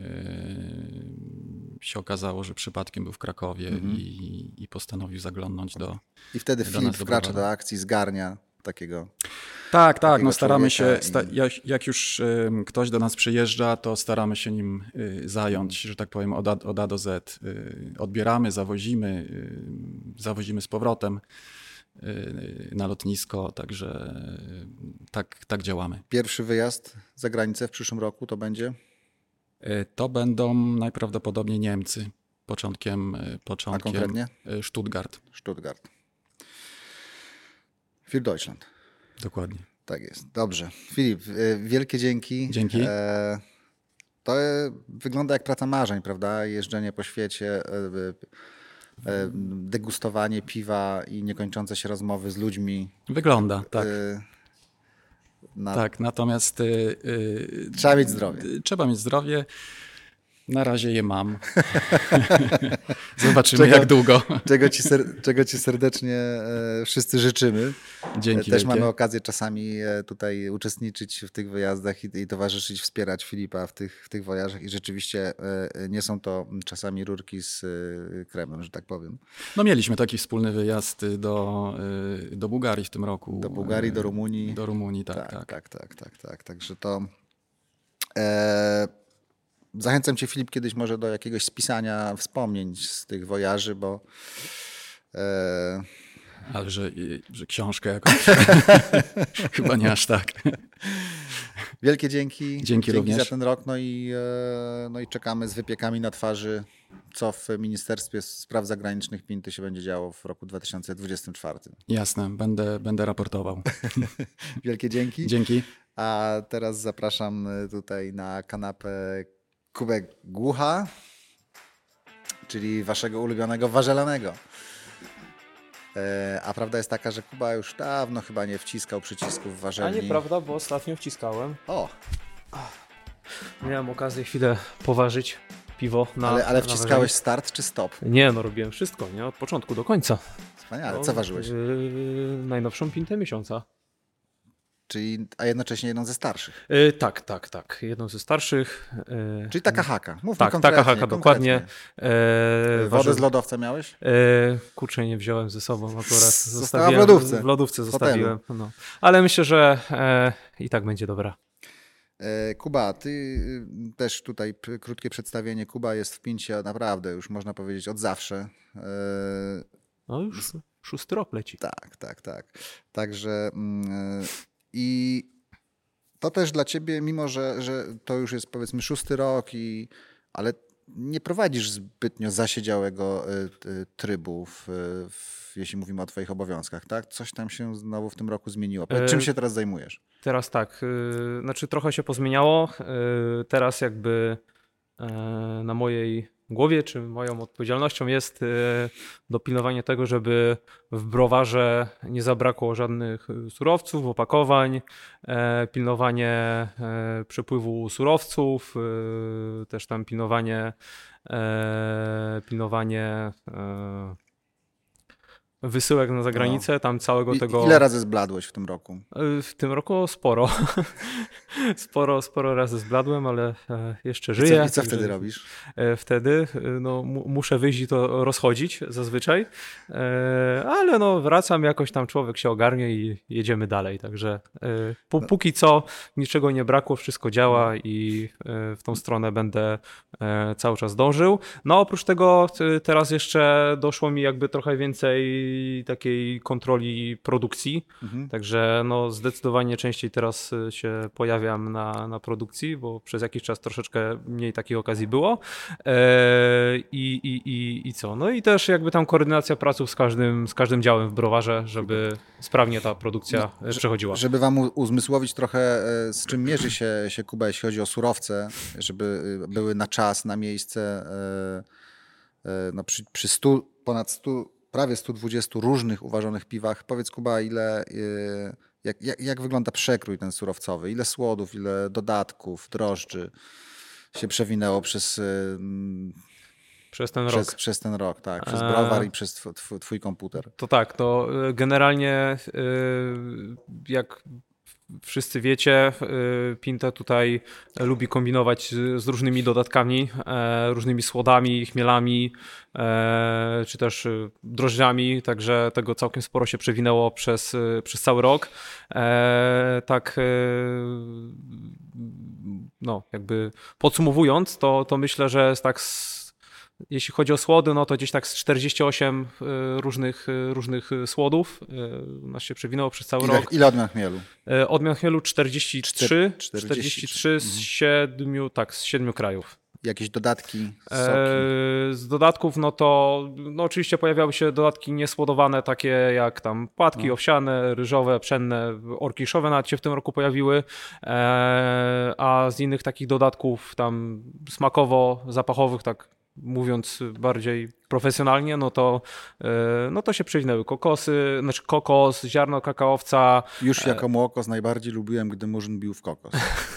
się okazało, że przypadkiem był w Krakowie i postanowił zaglądnąć I wtedy do Filip nas do wkracza browaru. do akcji, zgarnia takiego. Tak, takiego no staramy się, człowieka jak już ktoś do nas przyjeżdża, to staramy się nim zająć, że tak powiem, od A do Z. Odbieramy, zawozimy z powrotem na lotnisko, także tak działamy. Pierwszy wyjazd za granicę w przyszłym roku to będzie? To będą najprawdopodobniej Niemcy, początkiem A konkretnie? Stuttgart. Stuttgart. Für Deutschland. Dokładnie. Tak jest. Dobrze. Filip, wielkie dzięki. Dzięki. To wygląda jak praca marzeń, prawda? Jeżdżenie po świecie, degustowanie piwa i niekończące się rozmowy z ludźmi. Wygląda, tak. Tak, natomiast Trzeba mieć zdrowie. Trzeba mieć zdrowie. Na razie je mam. Zobaczymy jak długo. Czego ci serdecznie wszyscy życzymy. Dzięki Też wielkie. mamy okazję czasami tutaj uczestniczyć w tych wyjazdach i towarzyszyć, wspierać Filipa w tych wojażach i rzeczywiście nie są to czasami rurki z kremem, że tak powiem. No mieliśmy taki wspólny wyjazd do Bułgarii w tym roku. Do Bułgarii, do Rumunii. Do Rumunii, tak. Tak. Także to... Zachęcam cię, Filip, kiedyś może do jakiegoś spisania wspomnień z tych wojaży, bo... Ale że książkę jakąś chyba nie aż tak. Wielkie dzięki. Dzięki również. Za ten rok. No i czekamy z wypiekami na twarzy, co w Ministerstwie Spraw Zagranicznych Pinty się będzie działo w roku 2024. Jasne, będę raportował. Wielkie dzięki. Dzięki. A teraz zapraszam tutaj na kanapę Kubę Głucha, czyli waszego ulubionego warzelanego. A prawda jest taka, że Kuba już dawno chyba nie wciskał przycisków A warzelni. nieprawda, bo ostatnio wciskałem. O, Miałem okazję chwilę poważyć piwo na ale na wciskałeś ważeniu. start czy stop? Nie, no robiłem wszystko, nie? Od początku do końca. Wspaniale. Co ważyłeś? Najnowszą pintę miesiąca. A jednocześnie jedną ze starszych. Tak. Jedną ze starszych. Czyli taka haka. Mówmy Tak, konkretnie. taka haka, dokładnie. Wodę z lodowca miałeś? Kurczę, nie wziąłem ze sobą akurat. Została w lodówce. W lodówce W zostawiłem. No. Ale myślę, że i tak będzie dobra. Kuba, ty też tutaj krótkie przedstawienie. Kuba jest w Pincie naprawdę już można powiedzieć od zawsze. No już 6. rok leci. Tak. Także i to też dla ciebie, mimo że to już jest powiedzmy 6. rok, ale nie prowadzisz zbytnio zasiedziałego trybu, jeśli mówimy o twoich obowiązkach, tak? Coś tam się znowu w tym roku zmieniło. Czym się teraz zajmujesz? Teraz tak, znaczy trochę się pozmieniało. Teraz jakby na mojej głowie, czy moją odpowiedzialnością jest dopilnowanie tego, żeby w browarze nie zabrakło żadnych surowców, opakowań, pilnowanie przepływu surowców, też tam pilnowanie wysyłek na zagranicę, tam całego tego... Ile razy zbladłeś w tym roku? W tym roku sporo. sporo razy zbladłem, ale jeszcze żyję. I co wtedy robisz? Wtedy no, muszę wyjść i to rozchodzić zazwyczaj, ale no, wracam, jakoś tam człowiek się ogarnie i jedziemy dalej. Także póki co niczego nie brakło, wszystko działa i w tą stronę będę cały czas dążył. No oprócz tego teraz jeszcze doszło mi jakby trochę więcej takiej kontroli produkcji, także no zdecydowanie częściej teraz się pojawiam na produkcji, bo przez jakiś czas troszeczkę mniej takich okazji było. I co? No i też jakby tam koordynacja pracy z każdym działem w browarze, żeby sprawnie ta produkcja przechodziła. Żeby wam uzmysłowić trochę, z czym mierzy się Kuba, jeśli chodzi o surowce, żeby były na czas, na miejsce, no przy ponad 100, prawie 120 różnych uważonych piwach. Powiedz, Kuba, Jak wygląda przekrój ten surowcowy? Ile słodów, ile dodatków, drożdży się przewinęło przez Przez ten rok. przez ten rok, tak, przez browar i przez twój komputer. To tak, to generalnie jak wszyscy wiecie, Pinte tutaj lubi kombinować z różnymi dodatkami, różnymi słodami, chmielami, czy też drożdżami, także tego całkiem sporo się przewinęło przez cały rok. Tak, no jakby podsumowując, to myślę, że tak jeśli chodzi o słody, no to gdzieś tak z 48 różnych słodów nas się przewinęło przez cały rok. Ile odmian chmielu? Odmian chmielu 43 z 7 krajów. Jakieś dodatki, soki? Z dodatków, no to oczywiście pojawiały się dodatki niesłodowane, takie jak tam płatki owsiane, ryżowe, pszenne, orkiszowe nawet się w tym roku pojawiły, a z innych takich dodatków tam smakowo-zapachowych, tak mówiąc bardziej profesjonalnie, no to się przewinęły kokos, ziarno kakaowca. Już jako młokos najbardziej lubiłem, gdy murzyn bił w kokos.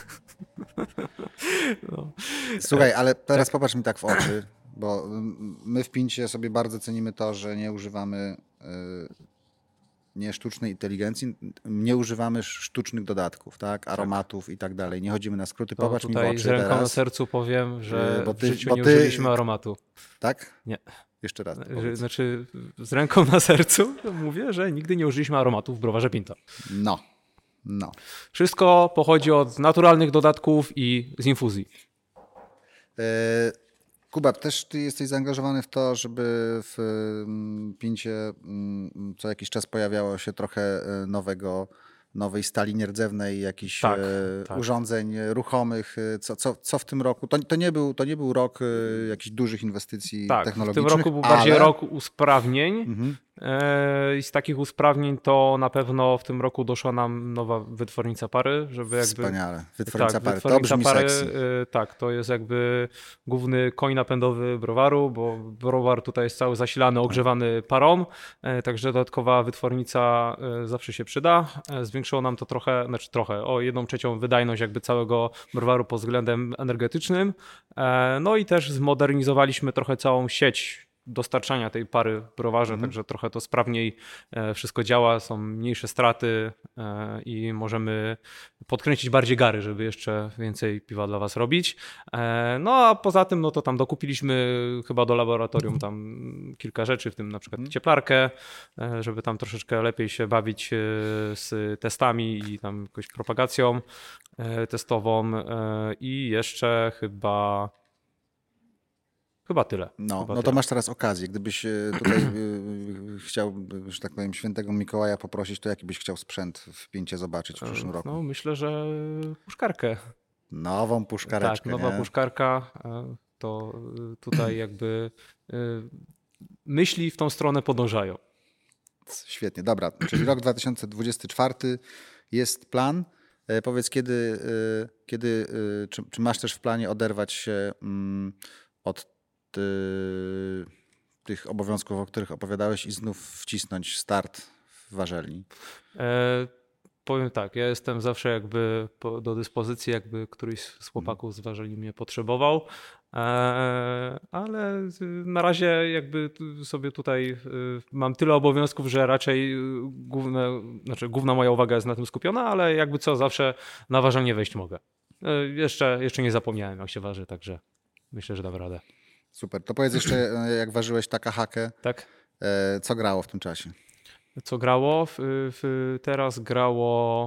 No. Słuchaj, ale teraz popatrz mi tak w oczy, bo my w Pincie sobie bardzo cenimy to, że nie używamy nie sztucznej inteligencji, nie używamy sztucznych dodatków, tak? Aromatów i tak dalej. Nie chodzimy na skróty. To Popatrz mi w tutaj oczy z ręką teraz. na sercu powiem, że w życiu nie ty- użyliśmy aromatu. Tak? Nie. Jeszcze raz. Powiedz. Znaczy z ręką na sercu mówię, że nigdy nie użyliśmy aromatu w browarze Pinto. No. Wszystko pochodzi od naturalnych dodatków i z infuzji. Kuba, też ty jesteś zaangażowany w to, żeby w Pincie co jakiś czas pojawiało się trochę nowej stali nierdzewnej, jakichś Tak. urządzeń ruchomych. Co w tym roku? To nie był rok jakichś dużych inwestycji Tak, w technologicznych. tym roku był bardziej ale... rok usprawnień. Mhm. I z takich usprawnień to na pewno w tym roku doszła nam nowa wytwornica pary, żeby jakby... Wspaniale. Wytwornica pary. To wytwornica brzmi pary, sexy. tak, to jest jakby główny koń napędowy browaru, bo browar tutaj jest cały zasilany, ogrzewany parą, także dodatkowa wytwornica zawsze się przyda. Zwiększyło nam to trochę, o 1/3 wydajność jakby całego browaru pod względem energetycznym. No i też zmodernizowaliśmy trochę całą sieć dostarczania tej pary w browarze, także trochę to sprawniej wszystko działa, są mniejsze straty i możemy podkręcić bardziej gary, żeby jeszcze więcej piwa dla was robić. No a poza tym, no to tam dokupiliśmy chyba do laboratorium tam kilka rzeczy, w tym na przykład cieplarkę, żeby tam troszeczkę lepiej się bawić z testami i tam jakąś propagacją testową i jeszcze chyba tyle. No to masz teraz okazję. Gdybyś tutaj chciał, że tak powiem, świętego Mikołaja poprosić, to jaki byś chciał sprzęt w Pincie zobaczyć w przyszłym roku? No myślę, że puszkarkę. Nową puszkareczkę. Tak, nowa puszkarka. To tutaj jakby myśli w tą stronę podążają. Świetnie, dobra. Czyli rok 2024 jest plan. Powiedz, czy masz też w planie oderwać się od tych obowiązków, o których opowiadałeś i znów wcisnąć start w warzelni? Powiem tak, ja jestem zawsze jakby do dyspozycji, jakby któryś z chłopaków z warzelni mnie potrzebował, ale na razie jakby sobie tutaj mam tyle obowiązków, że raczej główna moja uwaga jest na tym skupiona, ale jakby co, zawsze na ważalnię wejść mogę. Jeszcze nie zapomniałem, jak się waży, także myślę, że dam radę. Super. To powiedz jeszcze, jak ważyłeś Takahakę, tak? Co grało w tym czasie? Co grało? Teraz grało...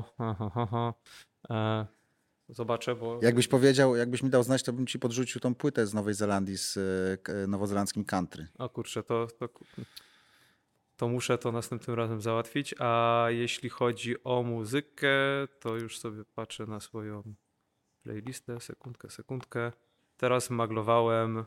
Zobaczę, bo... Jakbyś mi dał znać, to bym ci podrzucił tą płytę z Nowej Zelandii z nowozelandzkim country. O kurczę, to muszę to następnym razem załatwić. A jeśli chodzi o muzykę, to już sobie patrzę na swoją playlistę. Sekundkę. Teraz maglowałem...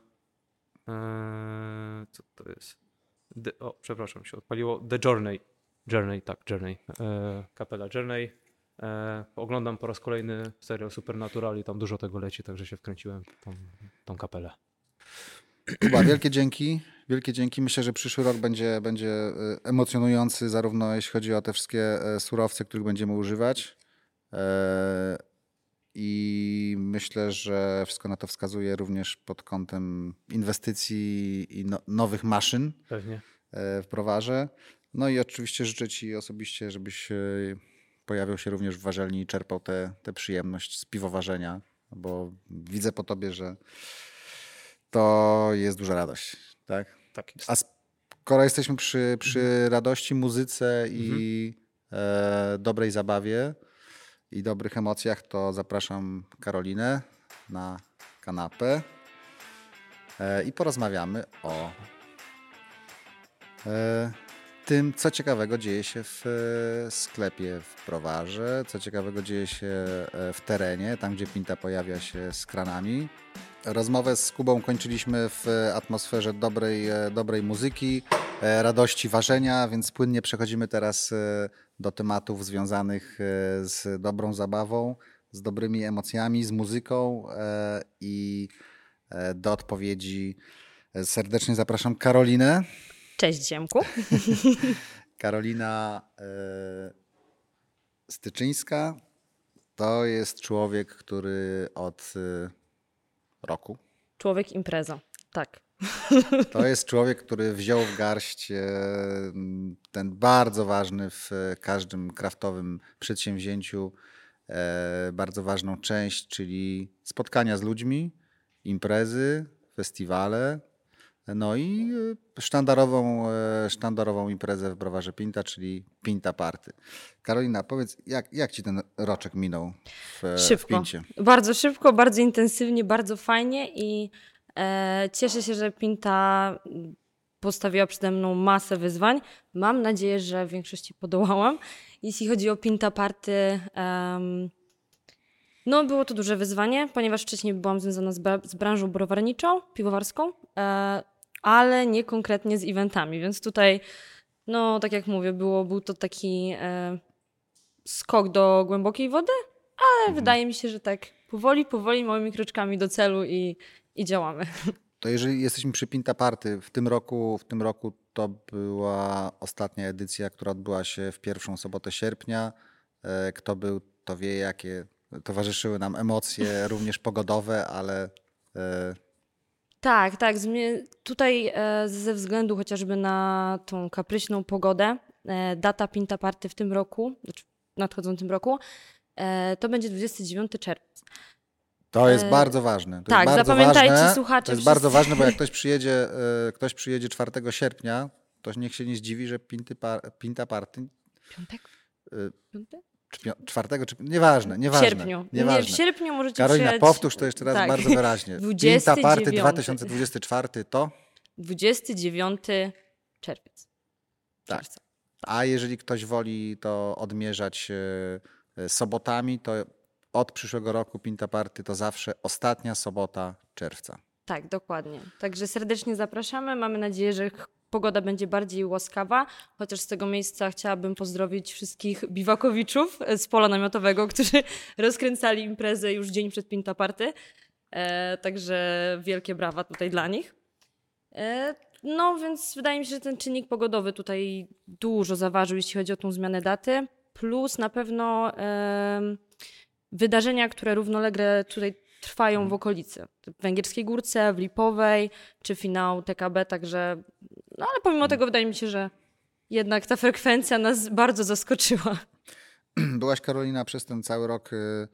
co to jest? Przepraszam, się odpaliło. The Journey. Journey. Kapela Journey. Oglądam po raz kolejny serial Supernatural i tam dużo tego leci, także się wkręciłem w tą kapelę. Kuba, wielkie dzięki. Wielkie dzięki. Myślę, że przyszły rok będzie emocjonujący, zarówno jeśli chodzi o te wszystkie surowce, których będziemy używać. I myślę, że wszystko na to wskazuje również pod kątem inwestycji i nowych maszyn Pewnie. w browarze. No i oczywiście życzę Ci osobiście, żebyś pojawiał się również w warzelni i czerpał tę przyjemność z piwowarzenia, bo widzę po Tobie, że to jest duża radość. Tak? Tak jest. A skoro jesteśmy przy radości, muzyce i dobrej zabawie i dobrych emocjach, to zapraszam Karolinę na kanapę i porozmawiamy o tym, co ciekawego dzieje się w sklepie w browarze, co ciekawego dzieje się w terenie, tam gdzie Pinta pojawia się z kranami. Rozmowę z Kubą kończyliśmy w atmosferze dobrej muzyki, radości ważenia, więc płynnie przechodzimy teraz do tematów związanych z dobrą zabawą, z dobrymi emocjami, z muzyką i do odpowiedzi serdecznie zapraszam Karolinę. Cześć Ziemku. Karolina Styczyńska to jest człowiek, który od roku. Człowiek impreza, tak. To jest człowiek, który wziął w garść ten bardzo ważny w każdym kraftowym przedsięwzięciu bardzo ważną część, czyli spotkania z ludźmi, imprezy, festiwale, no i sztandarową imprezę w browarze Pinta, czyli Pinta Party. Karolina, powiedz, jak Ci ten roczek minął w Pincie? Bardzo szybko, bardzo intensywnie, bardzo fajnie i cieszę się, że Pinta postawiła przede mną masę wyzwań. Mam nadzieję, że w większości podołałam. Jeśli chodzi o Pinta Party, no było to duże wyzwanie, ponieważ wcześniej byłam związana z branżą browarniczą, piwowarską, ale nie konkretnie z eventami, więc tutaj, no tak jak mówię, był to taki skok do głębokiej wody, ale wydaje mi się, że tak powoli, małymi kroczkami do celu i działamy. To jeżeli jesteśmy przy Pinta Party, w tym roku to była ostatnia edycja, która odbyła się w pierwszą sobotę sierpnia. Kto był, to wie, jakie towarzyszyły nam emocje, również pogodowe, ale... Tak. Tutaj ze względu chociażby na tą kapryśną pogodę, data Pinta Party w tym roku, znaczy w nadchodzącym roku, to będzie 29 czerwca. To jest bardzo ważne. To tak, jest bardzo zapamiętajcie, ważne. słuchacze. To jest wszyscy. bardzo ważne, bo jak ktoś przyjedzie 4 sierpnia, to niech się nie zdziwi, że Pinta Party... Piątek? Czy 4, czy nieważne. W sierpniu. Nieważne. Nie, w sierpniu możecie Karolina, przyjechać. powtórz to jeszcze raz tak. bardzo wyraźnie. 29. Pinta Party 2024 to? 29 czerwiec. Tak. A jeżeli ktoś woli to odmierzać sobotami, to od przyszłego roku Pinta Party to zawsze ostatnia sobota czerwca. Tak, dokładnie. Także serdecznie zapraszamy. Mamy nadzieję, że pogoda będzie bardziej łaskawa, chociaż z tego miejsca chciałabym pozdrowić wszystkich biwakowiczów z pola namiotowego, którzy rozkręcali imprezę już dzień przed Pinta Party. Także wielkie brawa tutaj dla nich. No więc wydaje mi się, że ten czynnik pogodowy tutaj dużo zaważył, jeśli chodzi o tą zmianę daty. Plus na pewno wydarzenia, które równolegle tutaj trwają w okolicy. W Węgierskiej Górce, w Lipowej, czy finał TKB, także... No ale pomimo tego wydaje mi się, że jednak ta frekwencja nas bardzo zaskoczyła. Byłaś, Karolina, przez ten cały rok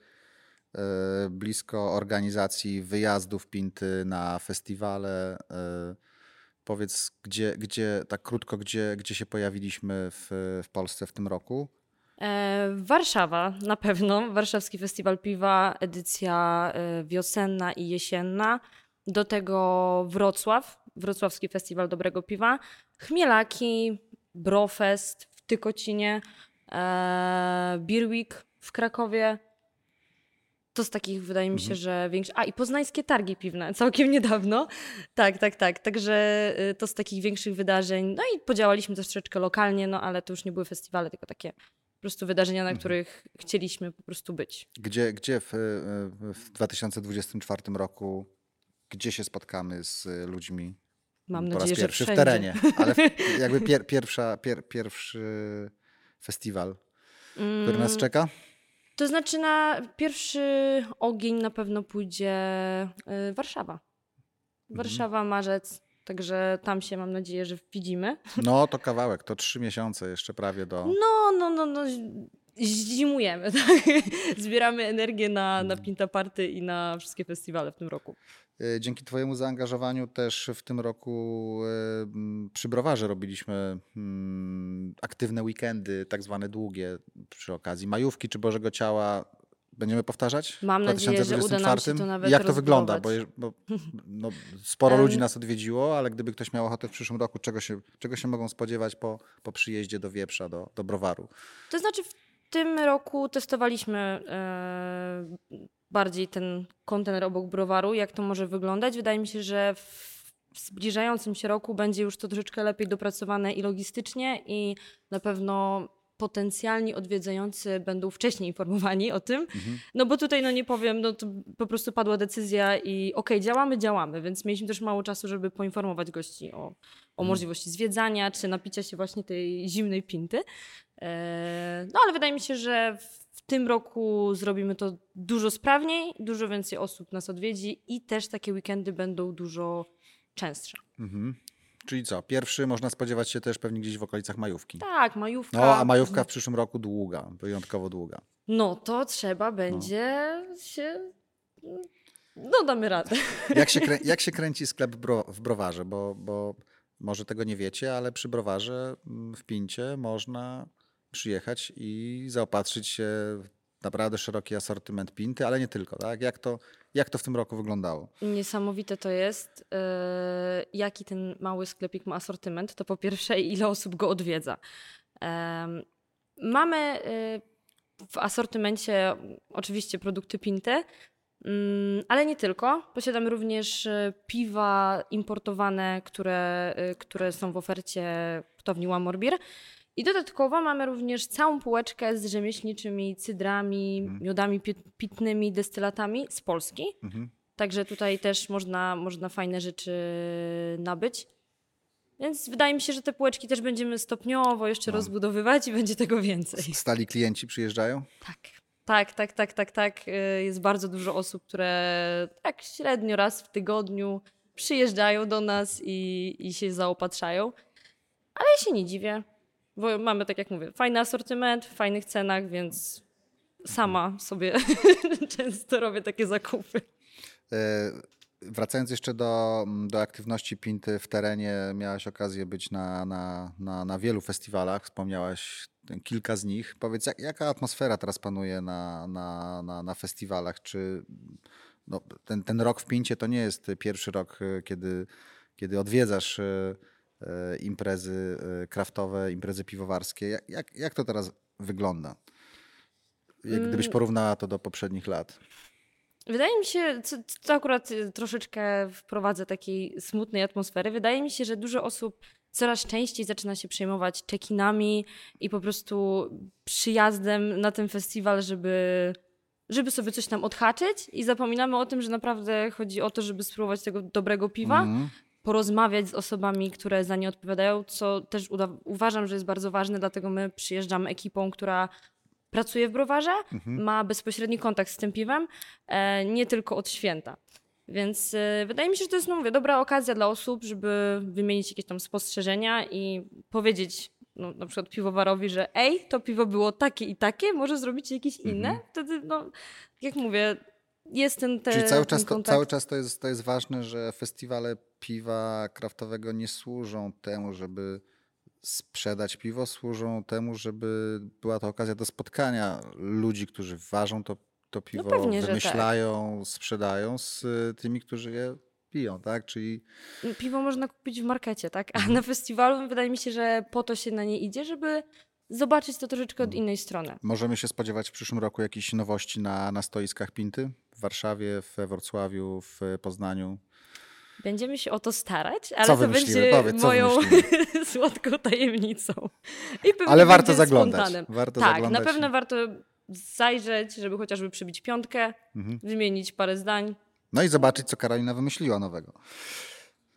blisko organizacji wyjazdów Pinty na festiwale. Powiedz, tak krótko, gdzie się pojawiliśmy w Polsce w tym roku? Warszawa na pewno, Warszawski Festiwal Piwa, edycja wiosenna i jesienna. Do tego Wrocławski Festiwal Dobrego Piwa, Chmielaki, Brofest w Tykocinie, Beer Week w Krakowie. To z takich wydaje mi się, że większe. I poznańskie targi piwne całkiem niedawno. Tak. Także to z takich większych wydarzeń. No i podziałaliśmy też troszeczkę lokalnie, no ale to już nie były festiwale, tylko takie po prostu wydarzenia, na których chcieliśmy po prostu być. Gdzie w 2024 roku, gdzie się spotkamy z ludźmi Mam po nadzieję, raz że pierwszy w wszędzie. terenie, ale jakby pierwszy festiwal, który nas czeka? To znaczy na pierwszy ogień na pewno pójdzie Warszawa. Warszawa, marzec, także tam się mam nadzieję, że widzimy. No to kawałek, to 3 miesiące jeszcze prawie do... No, zimujemy, tak? Zbieramy energię na Pinta Party i na wszystkie festiwale w tym roku. Dzięki twojemu zaangażowaniu też w tym roku przy Browarze robiliśmy aktywne weekendy, tak zwane długie, przy okazji majówki czy Bożego Ciała. Będziemy powtarzać? Mam w nadzieję, że uda nam się 2024? to nawet Jak to wygląda? Bo rozbudować. no, sporo ludzi nas odwiedziło, ale gdyby ktoś miał ochotę w przyszłym roku, czego się mogą spodziewać po przyjeździe do Wieprza, do Browaru? To znaczy w tym roku testowaliśmy bardziej ten kontener obok Browaru, jak to może wyglądać. Wydaje mi się, że w zbliżającym się roku będzie już to troszeczkę lepiej dopracowane i logistycznie i na pewno potencjalni odwiedzający będą wcześniej informowani o tym. No bo tutaj, no nie powiem, no to po prostu padła decyzja i okej, działamy, więc mieliśmy też mało czasu, żeby poinformować gości o możliwości zwiedzania, czy napicia się właśnie tej zimnej pinty. No ale wydaje mi się, że w tym roku zrobimy to dużo sprawniej, dużo więcej osób nas odwiedzi i też takie weekendy będą dużo częstsze. Czyli co? Pierwszy można spodziewać się też pewnie gdzieś w okolicach majówki. Tak, majówka. No, a majówka w przyszłym roku długa, wyjątkowo długa. No to trzeba będzie się... No damy radę. Jak się kręci sklep w Browarze? Bo może tego nie wiecie, ale przy Browarze w Pincie można przyjechać i zaopatrzyć się w naprawdę szeroki asortyment pinty, ale nie tylko. Tak? Jak to w tym roku wyglądało? Niesamowite to jest, jaki ten mały sklepik ma asortyment. To po pierwsze, ile osób go odwiedza. Mamy w asortymencie oczywiście produkty Pinty, ale nie tylko. Posiadamy również piwa importowane, które są w ofercie hurtowni One Beer. I dodatkowo mamy również całą półeczkę z rzemieślniczymi cydrami, miodami pitnymi, destylatami z Polski. Także tutaj też można fajne rzeczy nabyć. Więc wydaje mi się, że te półeczki też będziemy stopniowo jeszcze rozbudowywać i będzie tego więcej. Stali klienci przyjeżdżają? Tak. Jest bardzo dużo osób, które tak średnio raz w tygodniu przyjeżdżają do nas i się zaopatrzają. Ale ja się nie dziwię, bo mamy, tak jak mówię, fajny asortyment, w fajnych cenach, więc sama sobie często robię takie zakupy. Wracając jeszcze do aktywności Pinty w terenie, miałaś okazję być na wielu festiwalach, wspomniałaś kilka z nich. Powiedz, jaka atmosfera teraz panuje na festiwalach? Czy ten rok w Pincie to nie jest pierwszy rok, kiedy odwiedzasz imprezy kraftowe, imprezy piwowarskie? Jak to teraz wygląda? Gdybyś porównała to do poprzednich lat? Wydaje mi się, co akurat troszeczkę wprowadza takiej smutnej atmosfery, wydaje mi się, że dużo osób coraz częściej zaczyna się przejmować check-inami i po prostu przyjazdem na ten festiwal, żeby sobie coś tam odhaczyć i zapominamy o tym, że naprawdę chodzi o to, żeby spróbować tego dobrego piwa, porozmawiać z osobami, które za nie odpowiadają, co też uważam, że jest bardzo ważne, dlatego my przyjeżdżamy ekipą, która pracuje w Browarze, ma bezpośredni kontakt z tym piwem, nie tylko od święta. Więc wydaje mi się, że to jest, dobra okazja dla osób, żeby wymienić jakieś tam spostrzeżenia i powiedzieć na przykład piwowarowi, że to piwo było takie i takie, może zrobić jakieś inne. Wtedy, jak mówię, jest ten Czyli cały kontakt. czas to jest ważne, że festiwale piwa kraftowego nie służą temu, żeby sprzedać piwo, służą temu, żeby była to okazja do spotkania ludzi, którzy ważą to piwo, pewnie, że wymyślają, sprzedają z tymi, którzy je piją, tak? Czyli piwo można kupić w markecie, tak? A na festiwalu wydaje mi się, że po to się na nie idzie, żeby zobaczyć to troszeczkę od innej strony. możemy się spodziewać w przyszłym roku jakichś nowości na stoiskach Pinty w Warszawie, we Wrocławiu, w Poznaniu. Będziemy się o to starać, ale Co to wymyślimy? będzie Powiedz, co moją wymyślimy? słodką tajemnicą. I pewnie Ale warto będzie zaglądać. spontanem. Warto tak, zaglądać. na pewno warto zajrzeć, żeby chociażby przybić piątkę, wymienić parę zdań. No i zobaczyć, co Karolina wymyśliła nowego.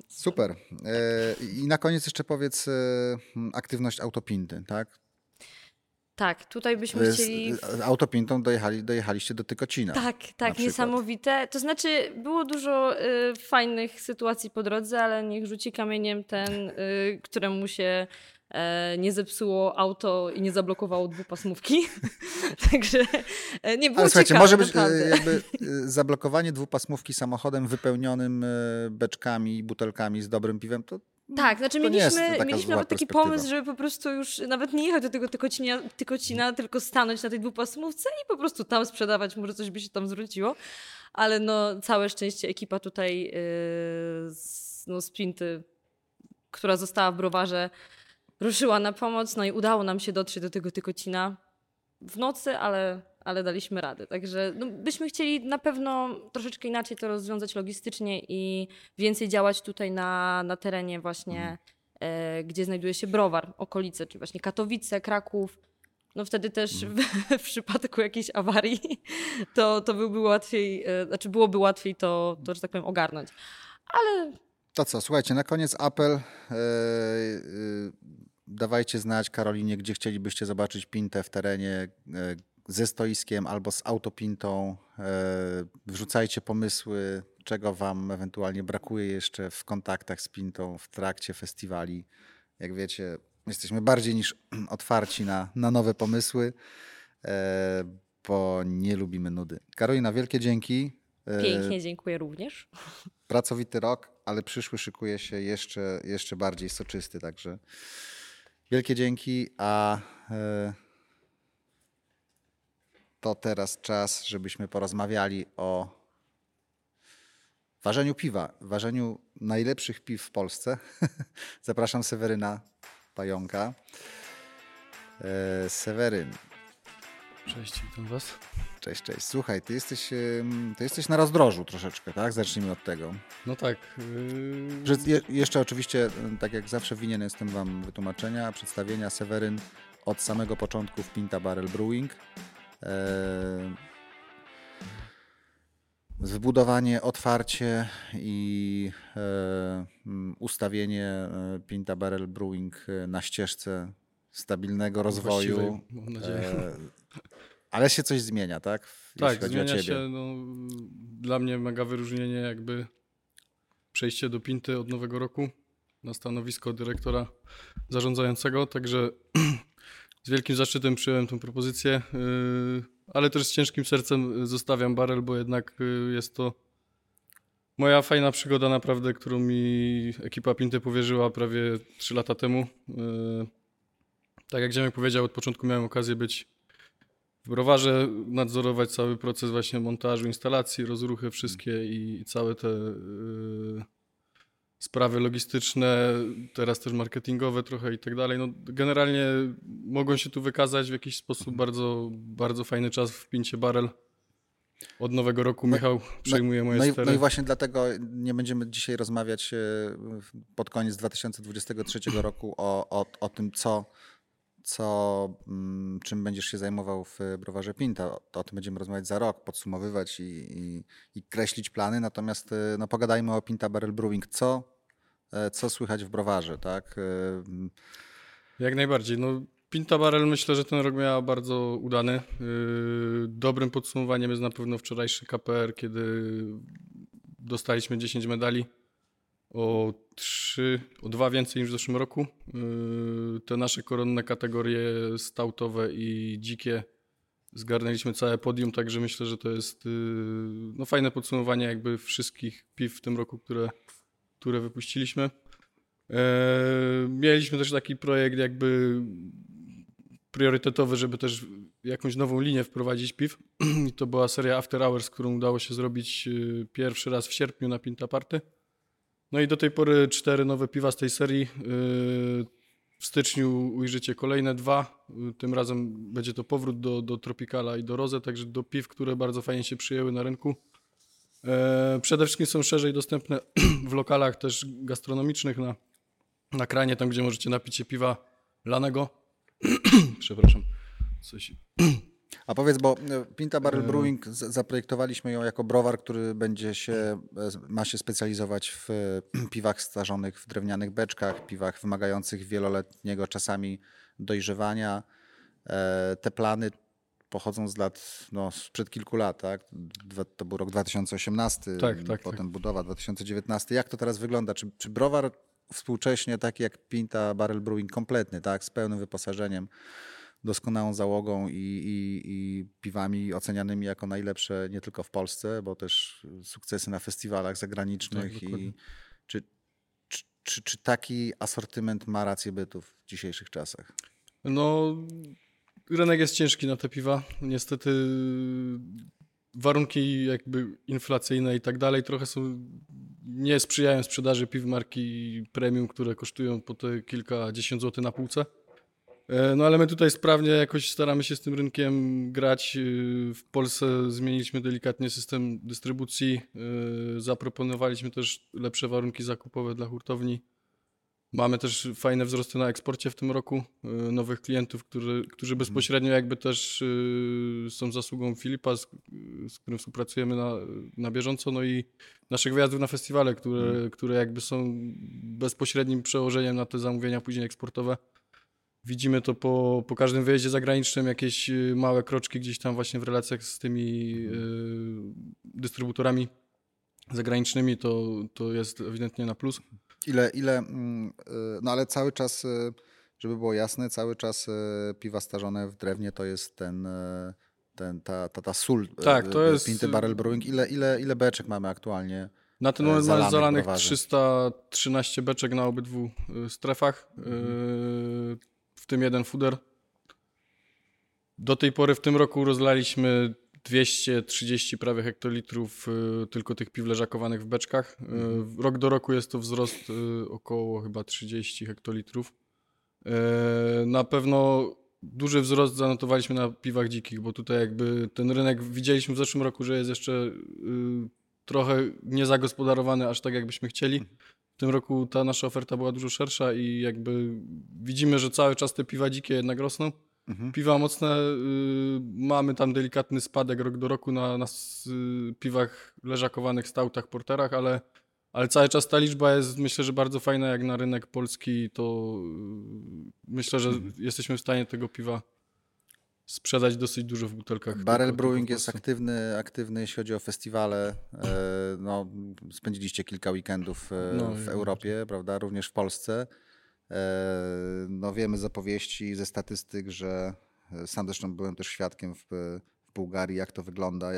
Super. I na koniec jeszcze powiedz aktywność autopinty, tak? Tak, tutaj byśmy chcieli... Autopintą dojechaliście do Tykocina. Tak, przykład. niesamowite. To znaczy, było dużo fajnych sytuacji po drodze, ale niech rzuci kamieniem ten, któremu się nie zepsuło auto i nie zablokowało dwupasmówki. Także nie było Ale słuchajcie, ciekawe, może być naprawdę. jakby zablokowanie dwupasmówki samochodem wypełnionym beczkami i butelkami z dobrym piwem, to Tak, znaczy to nie jest mieliśmy taka zła nawet taki perspektywa. pomysł, żeby po prostu już nawet nie jechać do tego Tykocina, tylko stanąć na tej dwupasmówce i po prostu tam sprzedawać, może coś by się tam zwróciło. Ale no całe szczęście ekipa tutaj z Pinty, która została w browarze, ruszyła na pomoc, no i udało nam się dotrzeć do tego Tykocina w nocy, ale daliśmy radę. Także no, byśmy chcieli na pewno troszeczkę inaczej to rozwiązać logistycznie i więcej działać tutaj na terenie właśnie, gdzie znajduje się browar, okolice, czyli właśnie Katowice, Kraków. No wtedy też w przypadku jakiejś awarii to byłby łatwiej, byłoby łatwiej to, że tak powiem, ogarnąć. Ale To co, słuchajcie, na koniec apel. Dawajcie znać Karolinie, gdzie chcielibyście zobaczyć pintę w terenie ze stoiskiem albo z autopintą. Wrzucajcie pomysły, czego wam ewentualnie brakuje jeszcze w kontaktach z pintą w trakcie festiwali. Jak wiecie, jesteśmy bardziej niż otwarci na nowe pomysły, bo nie lubimy nudy. Karolina, wielkie dzięki. pięknie dziękuję również. Pracowity rok, ale przyszły szykuje się jeszcze bardziej soczysty, także wielkie dzięki, a to teraz czas, żebyśmy porozmawiali o ważeniu piwa, ważeniu najlepszych piw w Polsce. Zapraszam Seweryna Pająka. Seweryn. Cześć, witam was. Cześć. Słuchaj, ty jesteś na rozdrożu troszeczkę, tak? Zacznijmy od tego. No tak. Że jeszcze oczywiście, tak jak zawsze winien jestem wam wytłumaczenia, przedstawienia. Seweryn od samego początku w Pinta Barrel Brewing. Zbudowanie, otwarcie i ustawienie Pinta Barrel Brewing na ścieżce stabilnego rozwoju. Właściwej, mam nadzieję. Ale się coś zmienia, tak? Tak, Jeśli chodzi o zmienia ciebie. się. No, dla mnie mega wyróżnienie jakby przejście do Pinty od nowego roku na stanowisko dyrektora zarządzającego, także z wielkim zaszczytem przyjąłem tę propozycję, ale też z ciężkim sercem zostawiam Barrel, bo jednak jest to moja fajna przygoda naprawdę, którą mi ekipa Pinty powierzyła prawie 3 lata temu. Tak jak Ziemek powiedział, od początku miałem okazję być w browarze, nadzorować cały proces właśnie montażu, instalacji, rozruchy wszystkie i całe te sprawy logistyczne, teraz też marketingowe trochę i tak dalej. No, generalnie mogą się tu wykazać w jakiś sposób bardzo, bardzo fajny czas w Pincie Barrel. Od nowego roku Michał przejmuje moje stery. No i właśnie dlatego nie będziemy dzisiaj rozmawiać pod koniec 2023 roku o tym, czym będziesz się zajmował w browarze Pinta. O tym będziemy rozmawiać za rok, podsumowywać i kreślić plany. Natomiast no, pogadajmy o Pinta Barrel Brewing. Co słychać w browarze, tak? Jak najbardziej. No, Pinta Barrel myślę, że ten rok miała bardzo udany. Dobrym podsumowaniem jest na pewno wczorajszy KPR, kiedy dostaliśmy 10 medali. O 2 więcej niż w zeszłym roku. Te nasze koronne kategorie stoutowe i dzikie zgarnęliśmy całe podium, także myślę, że to jest no, fajne podsumowanie jakby wszystkich piw w tym roku, które wypuściliśmy. Mieliśmy też taki projekt jakby priorytetowy, żeby też jakąś nową linię wprowadzić piw. I to była seria After Hours, którą udało się zrobić pierwszy raz w sierpniu na Pinta Party. No i do tej pory 4 nowe piwa z tej serii. W styczniu ujrzycie kolejne 2. Tym razem będzie to powrót do Tropicala i do Rose, także do piw, które bardzo fajnie się przyjęły na rynku. Przede wszystkim są szerzej dostępne w lokalach też gastronomicznych na kranie, tam gdzie możecie napić się piwa lanego. Przepraszam, coś A powiedz, bo Pinta Barrel Brewing zaprojektowaliśmy ją jako browar, który ma się specjalizować w piwach starzonych w drewnianych beczkach, piwach wymagających wieloletniego czasami dojrzewania. Te plany pochodzą z lat, sprzed kilku lat, tak? To był rok 2018, potem budowa 2019. Jak to teraz wygląda? Czy browar współcześnie, taki jak Pinta Barrel Brewing, kompletny, tak? Z pełnym wyposażeniem, doskonałą załogą i piwami ocenianymi jako najlepsze nie tylko w Polsce, bo też sukcesy na festiwalach zagranicznych. Czy taki asortyment ma rację bytu w dzisiejszych czasach? No, rynek jest ciężki na te piwa. Niestety warunki jakby inflacyjne i tak dalej trochę nie sprzyjają sprzedaży piw marki premium, które kosztują po te kilkadziesiąt złotych na półce. No ale my tutaj sprawnie jakoś staramy się z tym rynkiem grać. W Polsce zmieniliśmy delikatnie system dystrybucji. Zaproponowaliśmy też lepsze warunki zakupowe dla hurtowni. Mamy też fajne wzrosty na eksporcie w tym roku. Nowych klientów, którzy bezpośrednio jakby też są zasługą Filipa, z którym współpracujemy na bieżąco. No i naszych wyjazdów na festiwale, które jakby są bezpośrednim przełożeniem na te zamówienia później eksportowe. Widzimy to po każdym wyjeździe zagranicznym, jakieś małe kroczki gdzieś tam właśnie w relacjach z tymi dystrybutorami zagranicznymi, to jest ewidentnie na plus. No ale cały czas, żeby było jasne, cały czas piwa starzone w drewnie to jest ta sól to jest Pinty Barrel Brewing. Ile beczek mamy aktualnie? Na ten moment mamy zalanych browarze? 313 beczek na obydwu strefach, w tym jeden fooder. Do tej pory w tym roku rozlaliśmy 230 prawie hektolitrów tylko tych piw leżakowanych w beczkach. Rok do roku jest to wzrost około chyba 30 hektolitrów. Na pewno duży wzrost zanotowaliśmy na piwach dzikich, bo tutaj jakby ten rynek widzieliśmy w zeszłym roku, że jest jeszcze trochę niezagospodarowany aż tak jakbyśmy chcieli. W tym roku ta nasza oferta była dużo szersza i jakby widzimy, że cały czas te piwa dzikie jednak rosną. Piwa mocne, mamy tam delikatny spadek rok do roku na piwach leżakowanych, stoutach, porterach, ale cały czas ta liczba jest, myślę, że bardzo fajna jak na rynek polski, to myślę, że jesteśmy w stanie tego piwa sprzedać dosyć dużo w butelkach. Barrel Brewing jest aktywny, jeśli chodzi o festiwale. Spędziliście kilka weekendów w Europie, prawda? Również w Polsce. Wiemy z opowieści, ze statystyk, że sam zresztą byłem też świadkiem w Bułgarii, jak to wygląda,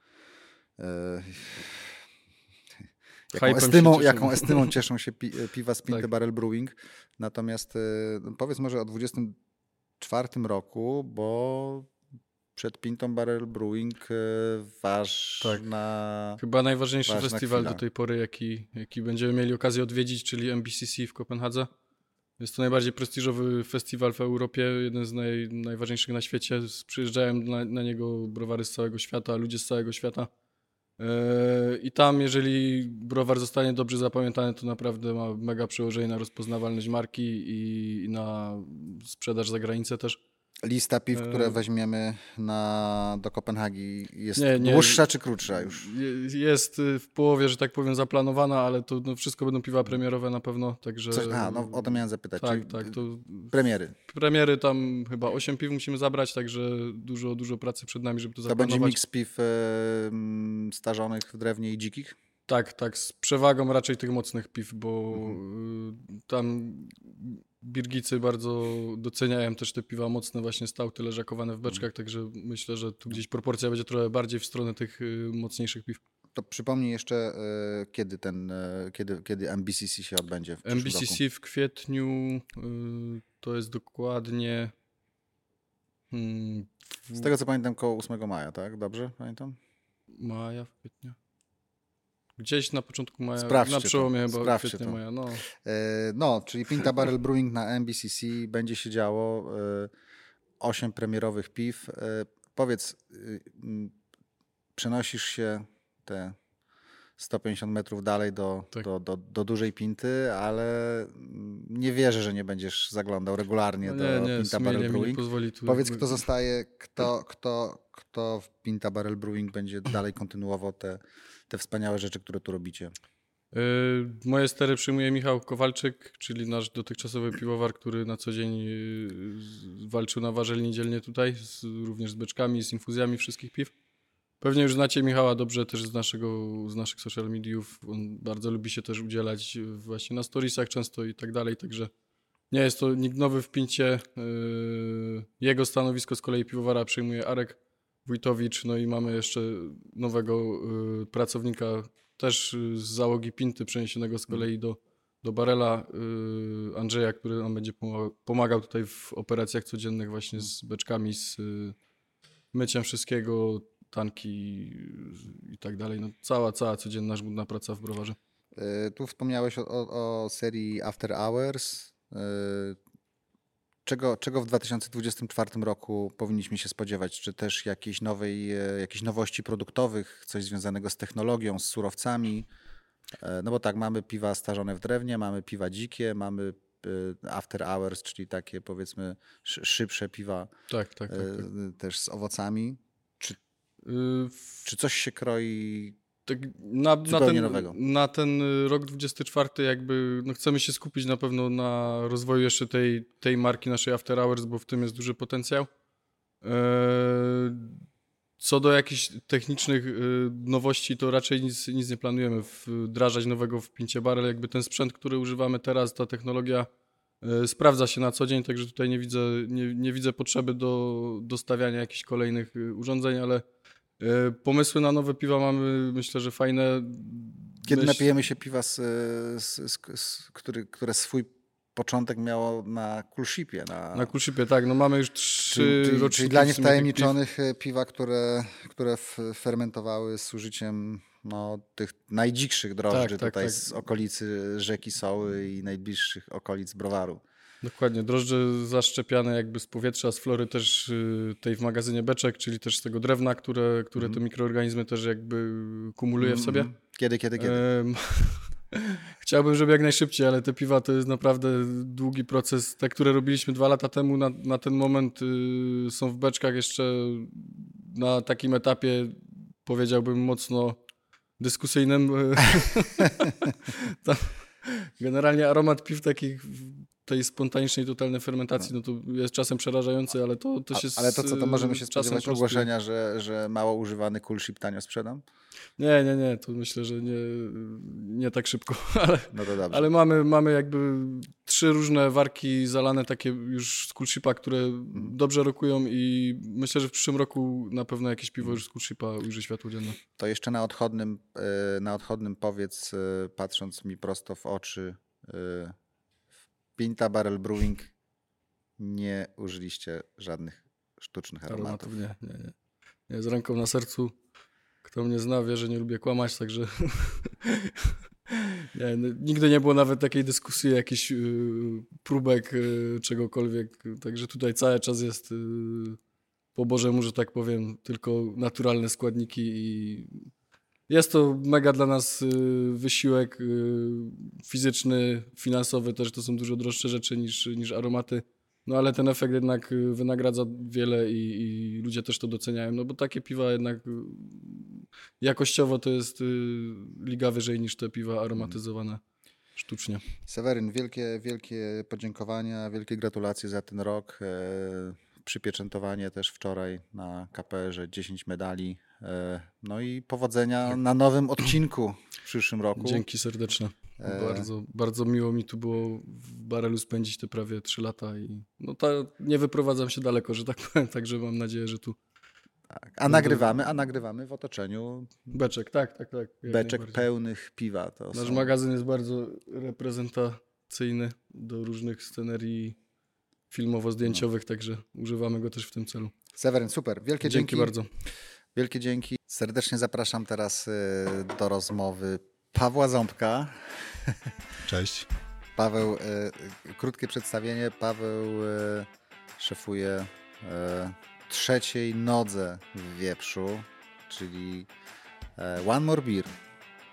jaką estymą cieszą się piwa z Pinty Barrel Brewing. Natomiast powiedz może o 24 roku, bo przed Pintą Barrel Brewing ważna... Chyba najważniejszy festiwal chwila do tej pory, jaki będziemy mieli okazję odwiedzić, czyli MBCC w Kopenhadze. Jest to najbardziej prestiżowy festiwal w Europie, jeden z najważniejszych na świecie. Przyjeżdżają na niego browary z całego świata, ludzie z całego świata. I tam, jeżeli browar zostanie dobrze zapamiętany, to naprawdę ma mega przełożenie na rozpoznawalność marki i na sprzedaż za granicę też. Lista piw, które weźmiemy do Kopenhagi jest dłuższa czy krótsza już? Jest w połowie, że tak powiem, zaplanowana, ale to wszystko będą piwa premierowe na pewno, także... O to miałem zapytać. Tak, to... Premiery. Premiery tam chyba 8 piw musimy zabrać, także dużo pracy przed nami, żeby to zaplanować. To będzie miks piw starzonych w drewnie i dzikich? Tak, z przewagą raczej tych mocnych piw, bo tam Birgicy bardzo doceniają też te piwa mocne, właśnie stouty leżakowane w beczkach, także myślę, że tu gdzieś proporcja będzie trochę bardziej w stronę tych mocniejszych piw. To przypomnij jeszcze, kiedy MBCC się odbędzie w przyszłym MBCC roku. w kwietniu to jest dokładnie... Z tego co pamiętam, koło 8 maja, tak? Dobrze pamiętam? Maja, w kwietniu. Gdzieś na początku maja, Sprawdźcie na przełomie to. chyba kwietnia, maja. Czyli Pinta Barrel Brewing na MBCC będzie się działo. 8 premierowych piw. Powiedz, przenosisz się te 150 metrów dalej Tak. do dużej pinty, ale nie wierzę, że nie będziesz zaglądał regularnie No do nie, Pinta sumienie Barrel mi nie Brewing. pozwoli tu Powiedz, jakby- kto zostaje, kto w Pinta Barrel Brewing będzie dalej kontynuował te wspaniałe rzeczy, które tu robicie. Moje stery przyjmuje Michał Kowalczyk, czyli nasz dotychczasowy piwowar, który na co dzień walczył na warzelni dzielnie tutaj, również z beczkami, z infuzjami wszystkich piw. Pewnie już znacie Michała dobrze też z naszych social mediów. On bardzo lubi się też udzielać właśnie na storiesach często i tak dalej, także nie jest to nikt nowy w Pincie. Jego stanowisko z kolei piwowara przyjmuje Arek Wójtowicz, no i mamy jeszcze nowego pracownika też z załogi Pinty, przeniesionego z kolei do Barela, Andrzeja, który nam będzie pomagał tutaj w operacjach codziennych właśnie z beczkami, z myciem wszystkiego, tanki i tak dalej. No, cała codzienna żmudna praca w browarze. Tu wspomniałeś o serii After Hours. Czego w 2024 roku powinniśmy się spodziewać? Czy też jakiejś nowości produktowych, coś związanego z technologią, z surowcami? No bo tak, mamy piwa starzone w drewnie, mamy piwa dzikie, mamy After Hours, czyli takie powiedzmy szybsze piwa Tak. też z owocami. Y, Czy coś się kroi? Tak, Zupełnie nowego. na ten rok 24 jakby no chcemy się skupić na pewno na rozwoju jeszcze tej marki naszej After Hours, bo w tym jest duży potencjał. Co do jakichś technicznych nowości, to raczej nic nie planujemy wdrażać nowego w Pincie Barrel. Jakby ten sprzęt, który używamy teraz, ta technologia sprawdza się na co dzień, także tutaj nie widzę potrzeby do dostawiania jakichś kolejnych urządzeń, ale pomysły na nowe piwa mamy, myślę, że fajne. Kiedy napijemy się piwa, które swój początek miało na Coolshipie. Na Coolshipie, tak. No mamy już 3 roczniki. Czyli dla w sumie tych niewtajemniczonych piwa, które fermentowały z użyciem tych najdzikszych drożdży tutaj z okolicy rzeki Soły i najbliższych okolic browaru. Dokładnie, drożdże zaszczepiane jakby z powietrza, z flory też tej w magazynie beczek, czyli też z tego drewna, które te mikroorganizmy też jakby kumuluje w sobie. Kiedy? Chciałbym, żeby jak najszybciej, ale te piwa to jest naprawdę długi proces. Te, które robiliśmy 2 lata temu, na ten moment są w beczkach jeszcze na takim etapie, powiedziałbym, mocno dyskusyjnym. Generalnie aromat piw takich tej spontanicznej, totalnej fermentacji, no to jest czasem przerażający, ale to się Ale to co, to możemy się spodziewać prostuje. ogłoszenia, że mało używany Coolship tanio sprzedam? Nie, to myślę, że nie tak szybko, ale, No to dobrze. ale mamy jakby 3 różne warki zalane takie już z Coolshipa, które dobrze rokują i myślę, że w przyszłym roku na pewno jakieś piwo już z Coolshipa ujrzy światło dzienne. To jeszcze na odchodnym powiedz, patrząc mi prosto w oczy, Pinta Barrel Brewing nie użyliście żadnych sztucznych aromatów. Nie, z ręką na sercu. Kto mnie zna, wie, że nie lubię kłamać, także nigdy nie było nawet takiej dyskusji, jakichś próbek czegokolwiek, także tutaj cały czas jest po Bożemu, że tak powiem, tylko naturalne składniki i jest to mega dla nas wysiłek fizyczny, finansowy też, to są dużo droższe rzeczy niż aromaty. No ale ten efekt jednak wynagradza wiele i ludzie też to doceniają, no bo takie piwa jednak jakościowo to jest liga wyżej niż te piwa aromatyzowane sztucznie. Seweryn, wielkie podziękowania, wielkie gratulacje za ten rok. Przypieczętowanie też wczoraj na KPR-ze 10 medali. No i powodzenia na nowym odcinku w przyszłym roku. Dzięki serdeczne. Bardzo, bardzo miło mi tu było w Barelu spędzić te prawie 3 lata i no nie wyprowadzam się daleko, że tak powiem, także mam nadzieję, że tu... Tak. A nagrywamy w otoczeniu beczek, tak. Beczek pełnych piwa. Nasz magazyn jest bardzo reprezentacyjny do różnych scenerii filmowo-zdjęciowych, także używamy go też w tym celu. Seweryn, super. Wielkie dzięki. Bardzo. Wielkie dzięki. Serdecznie zapraszam teraz do rozmowy Pawła Ząbka. Cześć. Paweł, krótkie przedstawienie. Paweł szefuje trzeciej nodze w Wieprzu, czyli One More Beer.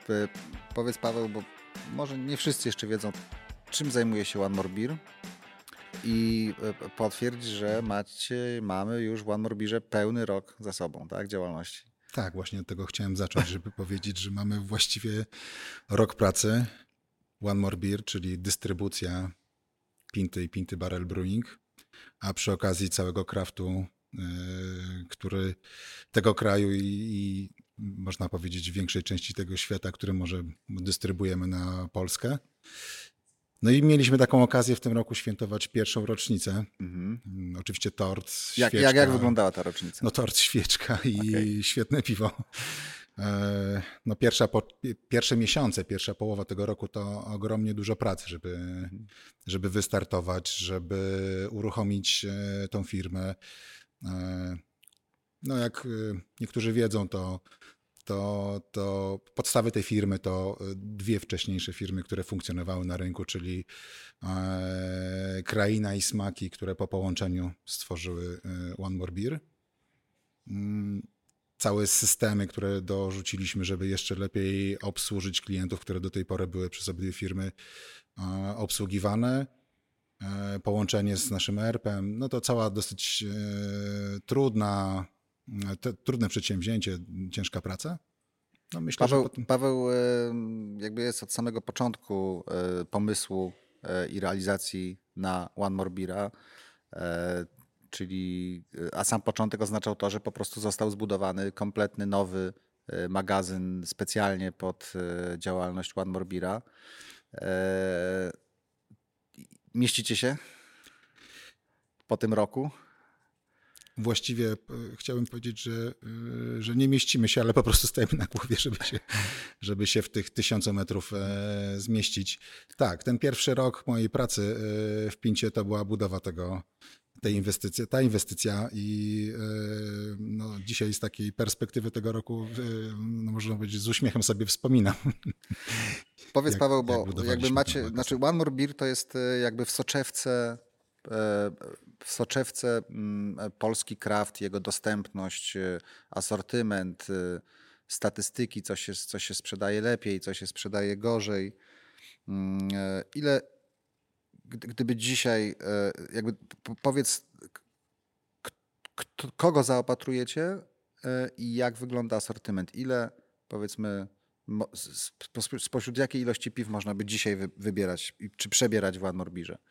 Powiedz, Paweł, bo może nie wszyscy jeszcze wiedzą, czym zajmuje się One More Beer i potwierdź, że mamy już w One More Beerze pełny rok za sobą, tak, działalności. Tak, właśnie od tego chciałem zacząć, żeby powiedzieć, że mamy właściwie rok pracy. One More Beer, czyli dystrybucja pinty i Pinty Barrel Brewing, a przy okazji całego craftu, który tego kraju i można powiedzieć większej części tego świata, który może dystrybuujemy na Polskę. No i mieliśmy taką okazję w tym roku świętować pierwszą rocznicę. Oczywiście tort, świeczka. Jak wyglądała ta rocznica? No tort, świeczka i świetne piwo. No pierwsze miesiące, pierwsza połowa tego roku to ogromnie dużo pracy, żeby wystartować, żeby uruchomić tą firmę. No jak niektórzy wiedzą, to podstawy tej firmy to dwie wcześniejsze firmy, które funkcjonowały na rynku, czyli Kraina i Smaki, które po połączeniu stworzyły One More Beer. Całe systemy, które dorzuciliśmy, żeby jeszcze lepiej obsłużyć klientów, które do tej pory były przez obydwie firmy obsługiwane. Połączenie z naszym ERP-em, no to cała dosyć trudne przedsięwzięcie, ciężka praca. No myślę, Paweł jakby jest od samego początku pomysłu i realizacji na One More Beera, a sam początek oznaczał to, że po prostu został zbudowany kompletny nowy magazyn specjalnie pod działalność One More Beera. Mieścicie się po tym roku? Właściwie chciałbym powiedzieć, że nie mieścimy się, ale po prostu stajemy na głowie, żeby się w tych 1000 metrów zmieścić. Tak, ten pierwszy rok mojej pracy w Pincie to była budowa ta inwestycja i no, dzisiaj z takiej perspektywy tego roku, no, można powiedzieć, z uśmiechem sobie wspominam. Powiedz, Paweł, bo jakby znaczy One More Beer to jest jakby w soczewce polski craft, jego dostępność, asortyment, statystyki, co się sprzedaje lepiej, co się sprzedaje gorzej. Gdyby dzisiaj, jakby powiedz, kogo zaopatrujecie i jak wygląda asortyment? Ile, powiedzmy, spośród jakiej ilości piw można by dzisiaj wybierać czy przebierać w One More Beerze?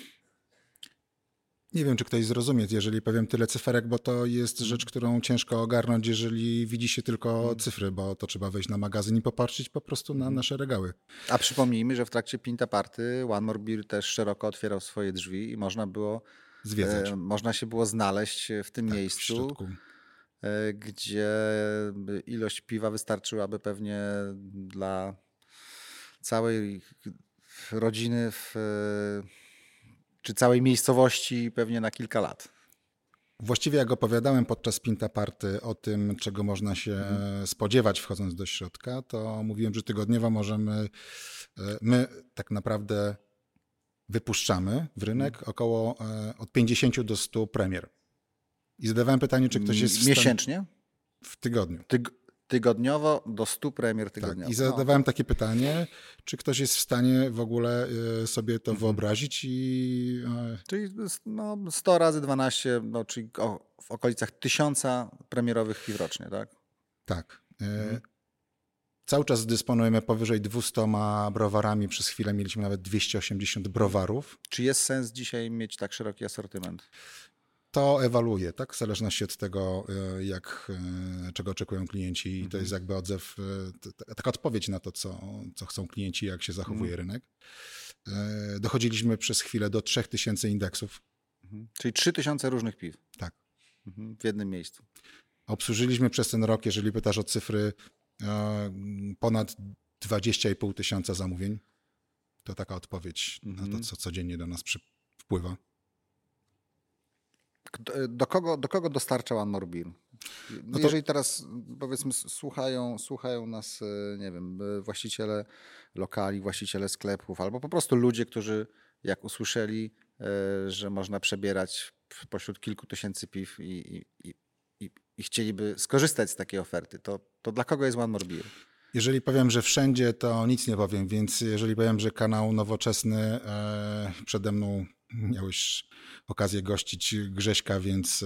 Nie wiem, czy ktoś zrozumie, jeżeli powiem tyle cyferek, bo to jest rzecz, którą ciężko ogarnąć, jeżeli widzi się tylko cyfry, bo to trzeba wejść na magazyn i popatrzeć po prostu na nasze regały. A przypomnijmy, że w trakcie Pinta Party One More Beer też szeroko otwierał swoje drzwi i można było zwiedzać. Można się było znaleźć w tym miejscu, w środku, gdzie ilość piwa wystarczyłaby pewnie dla całej rodziny czy całej miejscowości pewnie na kilka lat. Właściwie jak opowiadałem podczas Pinta Party o tym, czego można się spodziewać wchodząc do środka, to mówiłem, że tygodniowo my tak naprawdę wypuszczamy w rynek około od 50 do 100 premier. I zadawałem pytanie, czy ktoś jest miesięcznie? W tygodniu. Tygodniowo do 100 premier tygodniowo. Tak, i zadawałem takie pytanie, czy ktoś jest w stanie w ogóle sobie to wyobrazić Czyli 100 razy 12, czyli w okolicach 1000 premierowych piw rocznie, tak? Tak. Cały czas dysponujemy powyżej 200 browarami. Przez chwilę mieliśmy nawet 280 browarów. Czy jest sens dzisiaj mieć tak szeroki asortyment? To ewoluuje, tak? W zależności od tego, czego oczekują klienci. I to jest jakby odzew, taka odpowiedź na to, co chcą klienci, jak się zachowuje rynek. Dochodziliśmy przez chwilę do 3000 indeksów. Czyli 3000 różnych piw. Tak. W jednym miejscu. Obsłużyliśmy przez ten rok, jeżeli pytasz o cyfry, ponad 20,5 tysiąca zamówień. To taka odpowiedź na to, co codziennie do nas wpływa. Do kogo dostarcza One More Beer? Jeżeli teraz, powiedzmy, słuchają nas, nie wiem, właściciele lokali, właściciele sklepów, albo po prostu ludzie, którzy jak usłyszeli, że można przebierać pośród kilku tysięcy piw i chcieliby skorzystać z takiej oferty, to dla kogo jest One More Beer? Jeżeli powiem, że wszędzie, to nic nie powiem, więc jeżeli powiem, że kanał Nowoczesny, przede mną miałeś okazję gościć Grześka, więc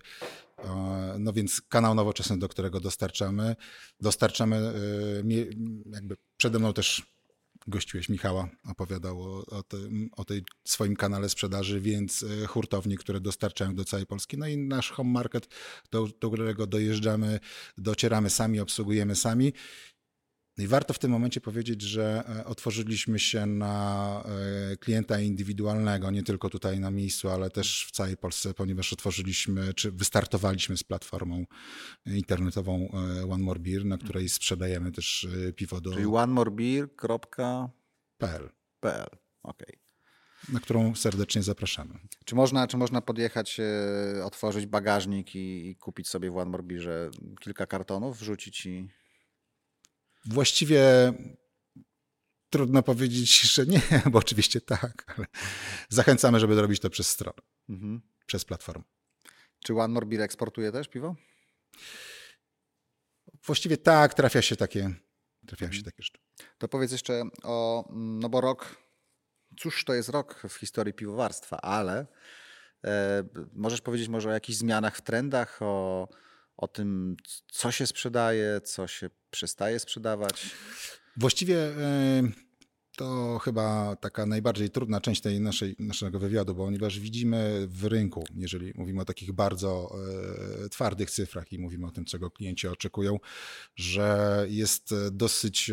kanał Nowoczesny, do którego dostarczamy, jakby przede mną też gościłeś Michała, opowiadał o tej swoim kanale sprzedaży, więc hurtownie, które dostarczają do całej Polski. No i nasz home market, do którego dojeżdżamy, docieramy sami, obsługujemy sami. I warto w tym momencie powiedzieć, że otworzyliśmy się na klienta indywidualnego, nie tylko tutaj na miejscu, ale też w całej Polsce, ponieważ wystartowaliśmy z platformą internetową One More Beer, na której sprzedajemy też piwo Czyli onemorebeer.pl. Okej. Na którą serdecznie zapraszamy. Czy można podjechać, otworzyć bagażnik i kupić sobie w One More Beerze kilka kartonów, wrzucić i... Właściwie trudno powiedzieć, że nie, bo oczywiście tak, ale zachęcamy, żeby robić to przez stronę, przez platformę. Czy One More Beer eksportuje też piwo? Właściwie tak, trafiają się takie rzeczy. To powiedz jeszcze bo rok, cóż to jest rok w historii piwowarstwa, ale możesz powiedzieć może o jakichś zmianach w trendach, o tym, co się sprzedaje, co się przestaje sprzedawać? Właściwie to chyba taka najbardziej trudna część naszego wywiadu, ponieważ widzimy w rynku, jeżeli mówimy o takich bardzo twardych cyfrach i mówimy o tym, czego klienci oczekują, że jest dosyć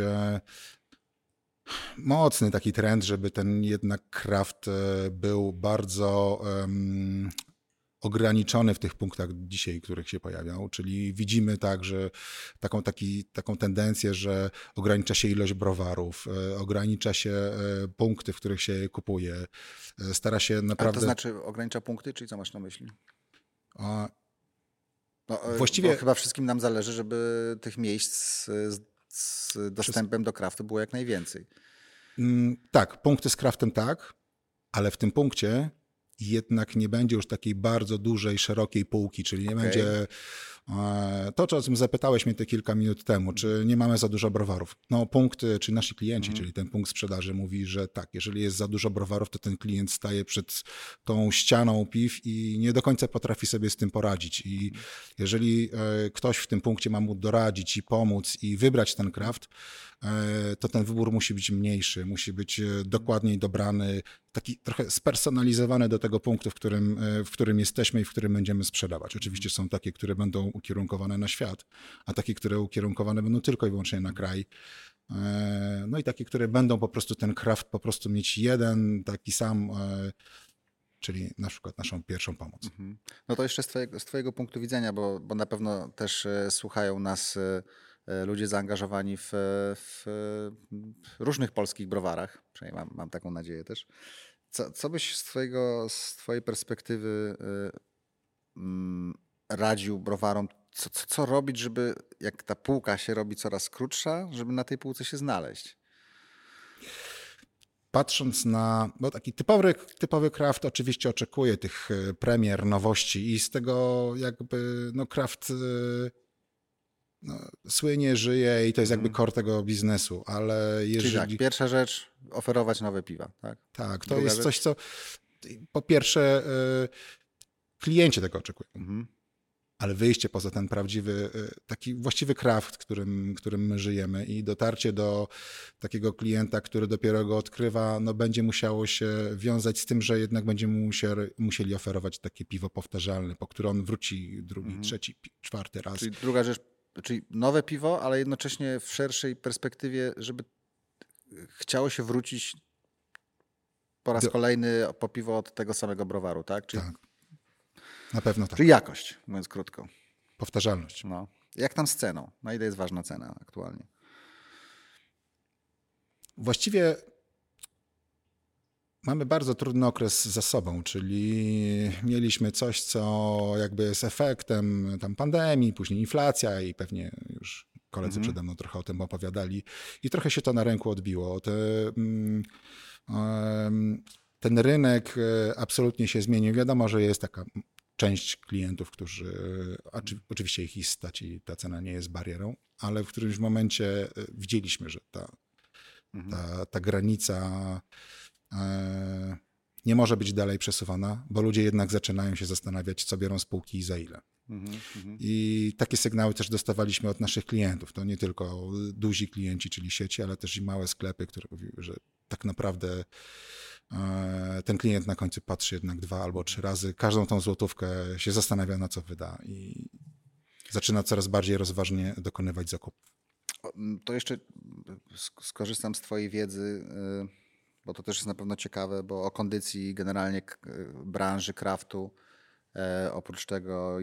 mocny taki trend, żeby ten jednak craft był bardzo ograniczony w tych punktach dzisiaj, których się pojawiał, czyli widzimy że taką tendencję, że ogranicza się ilość browarów, ogranicza się punkty, w których się kupuje, stara się naprawdę... A to znaczy ogranicza punkty, czyli co masz na myśli? Właściwie... Bo chyba wszystkim nam zależy, żeby tych miejsc z dostępem do craftu było jak najwięcej. Tak, punkty z craftem tak, ale w tym punkcie jednak nie będzie już takiej bardzo dużej, szerokiej półki, czyli nie będzie to, o czym zapytałeś mnie te kilka minut temu, czy nie mamy za dużo browarów. No punkty, czy nasi klienci, czyli ten punkt sprzedaży mówi, że tak, jeżeli jest za dużo browarów, to ten klient staje przed tą ścianą piw i nie do końca potrafi sobie z tym poradzić. I jeżeli ktoś w tym punkcie ma mu doradzić i pomóc i wybrać ten craft, to ten wybór musi być mniejszy, musi być dokładniej dobrany, taki trochę spersonalizowany do tego punktu, w którym jesteśmy i w którym będziemy sprzedawać. Oczywiście są takie, które będą ukierunkowane na świat, a takie, które ukierunkowane będą tylko i wyłącznie na kraj. No i takie, które będą po prostu ten craft po prostu mieć jeden taki sam, czyli na przykład naszą pierwszą pomoc. No to jeszcze z twojego punktu widzenia, bo na pewno też słuchają nas ludzie zaangażowani w różnych polskich browarach, przynajmniej mam taką nadzieję też. Co byś z twojej perspektywy radził browarom, co robić, żeby jak ta półka się robi coraz krótsza, żeby na tej półce się znaleźć? Patrząc bo taki typowy craft oczywiście oczekuje tych premier, nowości i z tego jakby craft słynie, żyje i to jest jakby core tego biznesu, ale jeżeli... Czyli tak, pierwsza rzecz, oferować nowe piwa, tak? Tak, to jest coś, co po pierwsze klienci tego oczekują, ale wyjście poza ten prawdziwy, taki właściwy craft, którym my żyjemy i dotarcie do takiego klienta, który dopiero go odkrywa, będzie musiało się wiązać z tym, że jednak będziemy musieli oferować takie piwo powtarzalne, po które on wróci drugi, trzeci, czwarty raz. Czyli druga rzecz, czyli nowe piwo, ale jednocześnie w szerszej perspektywie, żeby chciało się wrócić po raz kolejny po piwo od tego samego browaru, tak? Czyli, tak, na pewno tak. Czyli jakość, mówiąc krótko. Powtarzalność. No. Jak tam z ceną? Na ile jest ważna cena aktualnie? Właściwie mamy bardzo trudny okres za sobą, czyli mieliśmy coś, co jakby jest efektem tam pandemii, później inflacja i pewnie już koledzy przede mną trochę o tym opowiadali i trochę się to na rynku odbiło. Ten rynek absolutnie się zmienił. Wiadomo, że jest taka część klientów, którzy oczywiście ich stać i ta cena nie jest barierą, ale w którymś momencie widzieliśmy, że ta granica nie może być dalej przesuwana, bo ludzie jednak zaczynają się zastanawiać, co biorą spółki i za ile. I takie sygnały też dostawaliśmy od naszych klientów. To nie tylko duzi klienci, czyli sieci, ale też i małe sklepy, które mówiły, że tak naprawdę ten klient na końcu patrzy jednak 2 albo 3 razy. Każdą tą złotówkę się zastanawia, na co wyda i zaczyna coraz bardziej rozważnie dokonywać zakupów. To jeszcze skorzystam z twojej wiedzy, bo to też jest na pewno ciekawe, bo o kondycji generalnie branży craftu, oprócz tego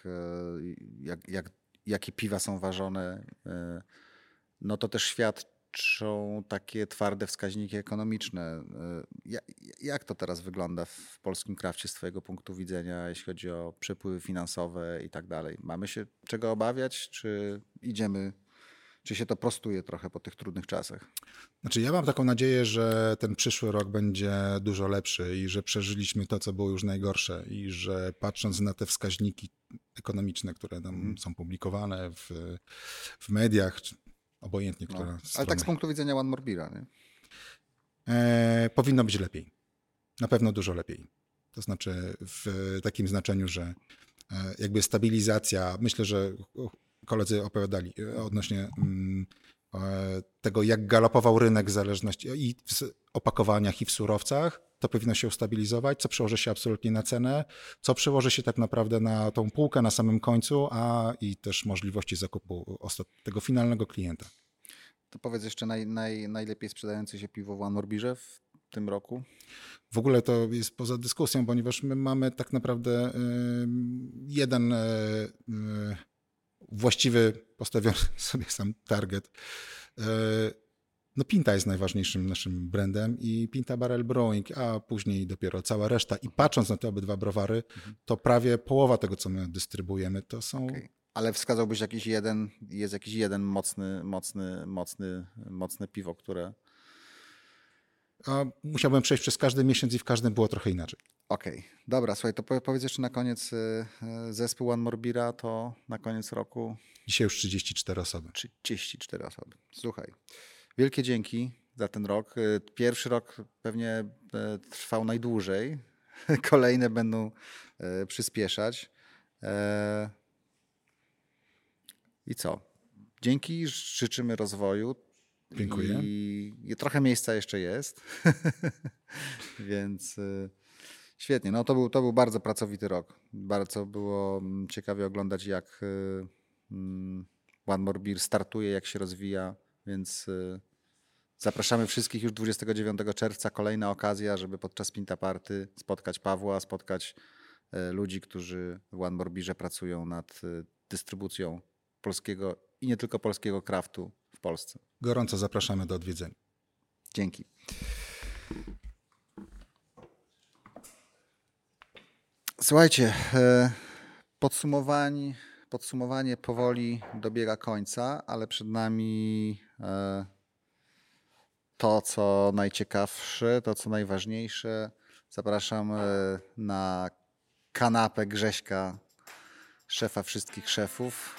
jakie piwa są ważone, no to też świadczą takie twarde wskaźniki ekonomiczne. Jak to teraz wygląda w polskim crafcie z twojego punktu widzenia, jeśli chodzi o przepływy finansowe i tak dalej? Mamy się czego obawiać, czy się to prostuje trochę po tych trudnych czasach? Znaczy ja mam taką nadzieję, że ten przyszły rok będzie dużo lepszy i że przeżyliśmy to, co było już najgorsze i że patrząc na te wskaźniki ekonomiczne, które tam są publikowane w mediach, obojętnie która strona. Ale tak z punktu widzenia One More Beera, nie? Powinno być lepiej. Na pewno dużo lepiej. To znaczy w takim znaczeniu, że jakby stabilizacja, myślę, że koledzy opowiadali odnośnie tego, jak galopował rynek w zależności i w opakowaniach, i w surowcach, to powinno się ustabilizować, co przełoży się absolutnie na cenę, co przełoży się tak naprawdę na tą półkę na samym końcu, i też możliwości zakupu tego finalnego klienta. To powiedz jeszcze najlepiej sprzedające się piwo w One More Beerze w tym roku? W ogóle to jest poza dyskusją, ponieważ my mamy tak naprawdę jeden właściwy, postawiony sobie sam target. No Pinta jest najważniejszym naszym brandem i Pinta Barrel Brewing, a później dopiero cała reszta. I patrząc na te obydwa browary, to prawie połowa tego, co my dystrybuujemy, to są... Okay. Ale wskazałbyś jakiś jeden mocne piwo, które... A musiałbym przejść przez każdy miesiąc i w każdym było trochę inaczej. Okej, dobra, słuchaj, to powiedz jeszcze na koniec, zespół One More Beera to na koniec roku... Dzisiaj już 34 osoby. 34 osoby. Słuchaj, wielkie dzięki za ten rok. Pierwszy rok pewnie trwał najdłużej. Kolejne będą przyspieszać. I co? Dzięki, życzymy rozwoju. Dziękuję. I trochę miejsca jeszcze jest. Więc świetnie. No to był bardzo pracowity rok. Bardzo było ciekawie oglądać, jak One More Beer startuje, jak się rozwija. Więc zapraszamy wszystkich już 29 czerwca. Kolejna okazja, żeby podczas Pinta Party spotkać Pawła, spotkać ludzi, którzy w One More Beerze pracują nad dystrybucją polskiego i nie tylko polskiego craftu w Polsce. Gorąco zapraszamy do odwiedzenia. Dzięki. Słuchajcie, podsumowanie powoli dobiega końca, ale przed nami to, co najciekawsze, to, co najważniejsze. Zapraszam na kanapę Grześka, szefa wszystkich szefów.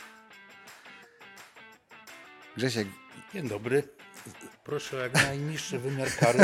Grzesiek. Dzień dobry. Proszę o jak najniższy wymiar kary.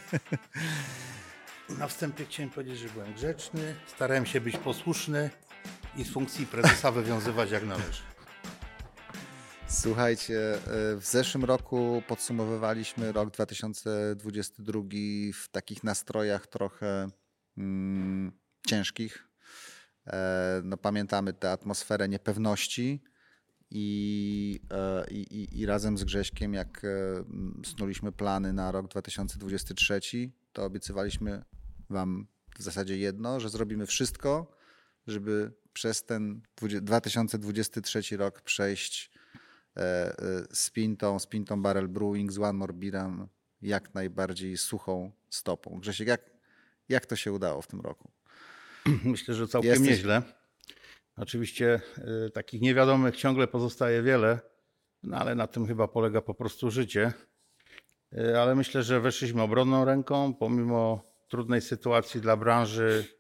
Na wstępie chciałem powiedzieć, że byłem grzeczny, starałem się być posłuszny i z funkcji prezesa wywiązywać jak należy. Słuchajcie, w zeszłym roku podsumowywaliśmy rok 2022 w takich nastrojach trochę ciężkich. No, pamiętamy tę atmosferę niepewności i razem z Grześkiem, jak snuliśmy plany na rok 2023, to obiecywaliśmy wam w zasadzie jedno, że zrobimy wszystko, żeby przez ten 2023 rok przejść z Pintą Barrel Brewing, z One More Beerem jak najbardziej suchą stopą. Grzesiek, jak to się udało w tym roku? Myślę, że całkiem nieźle. Oczywiście takich niewiadomych ciągle pozostaje wiele, no ale na tym chyba polega po prostu życie. Ale myślę, że weszliśmy obronną ręką, pomimo trudnej sytuacji dla branży.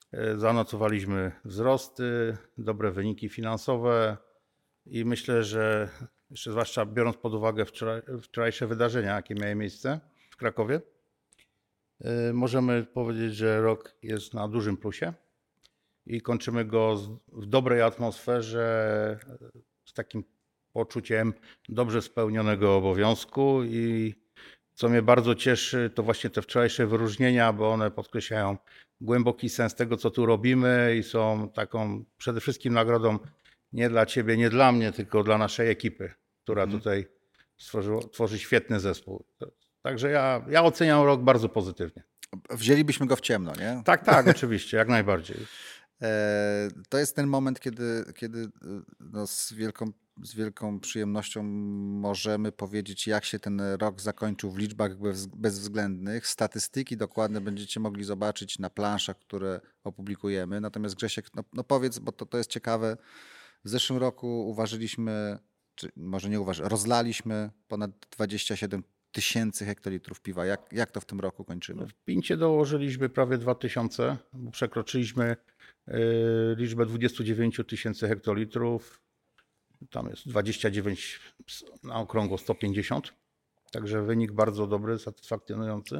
Zanotowaliśmy wzrosty, dobre wyniki finansowe i myślę, że jeszcze zwłaszcza biorąc pod uwagę wczorajsze wydarzenia, jakie miały miejsce w Krakowie, możemy powiedzieć, że rok jest na dużym plusie i kończymy go w dobrej atmosferze, z takim poczuciem dobrze spełnionego obowiązku i co mnie bardzo cieszy, to właśnie te wczorajsze wyróżnienia, bo one podkreślają głęboki sens tego, co tu robimy i są taką przede wszystkim nagrodą nie dla ciebie, nie dla mnie, tylko dla naszej ekipy, która tutaj tworzy świetny zespół. Także ja oceniam rok bardzo pozytywnie. Wzięlibyśmy go w ciemno, nie? Tak, oczywiście, jak najbardziej. To jest ten moment, kiedy no z wielką przyjemnością możemy powiedzieć, jak się ten rok zakończył w liczbach bezwzględnych. Statystyki dokładne będziecie mogli zobaczyć na planszach, które opublikujemy. Natomiast Grzesiek, no powiedz, bo to jest ciekawe. W zeszłym roku uważyliśmy, czy może nie rozlaliśmy ponad 27 000 hektolitrów piwa. Jak to w tym roku kończymy? W Pincie dołożyliśmy prawie 2000, bo przekroczyliśmy liczbę 29 000 hektolitrów. Tam jest 29 na okrągło 150. Także wynik bardzo dobry, satysfakcjonujący.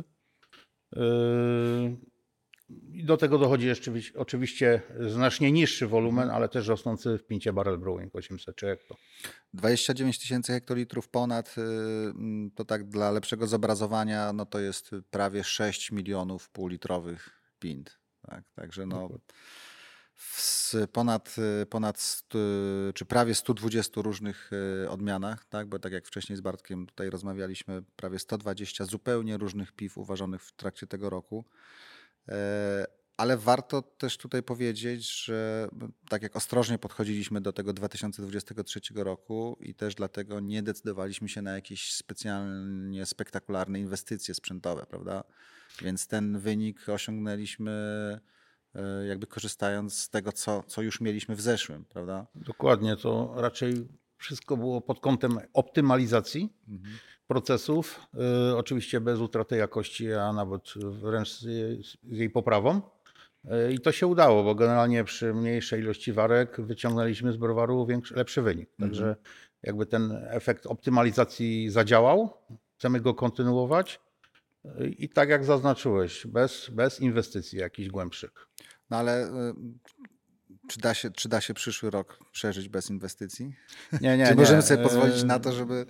I do tego dochodzi jeszcze oczywiście znacznie niższy wolumen, ale też rosnący w Pincie Barrel Brewing 800 czy hekto. 29 000 hektolitrów ponad, to tak dla lepszego zobrazowania, no to jest prawie 6 milionów półlitrowych pint. Tak? Także no w ponad 100, czy prawie 120 różnych odmianach, tak? Bo tak jak wcześniej z Bartkiem tutaj rozmawialiśmy, prawie 120 zupełnie różnych piw uważonych w trakcie tego roku. Ale warto też tutaj powiedzieć, że tak jak ostrożnie podchodziliśmy do tego 2023 roku i też dlatego nie decydowaliśmy się na jakieś specjalnie spektakularne inwestycje sprzętowe, prawda? Więc ten wynik osiągnęliśmy jakby korzystając z tego, co już mieliśmy w zeszłym, prawda? Dokładnie, to raczej wszystko było pod kątem optymalizacji procesów, oczywiście bez utraty jakości, a nawet wręcz z jej poprawą. I to się udało, bo generalnie przy mniejszej ilości warek wyciągnęliśmy z browaru lepszy wynik. Także jakby ten efekt optymalizacji zadziałał, chcemy go kontynuować i tak jak zaznaczyłeś, bez inwestycji jakichś głębszych. No ale czy da się przyszły rok przeżyć bez inwestycji? Nie. Czy możemy sobie pozwolić na to, żeby...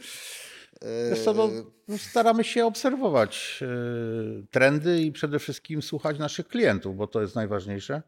Staramy się obserwować trendy i przede wszystkim słuchać naszych klientów, bo to jest najważniejsze.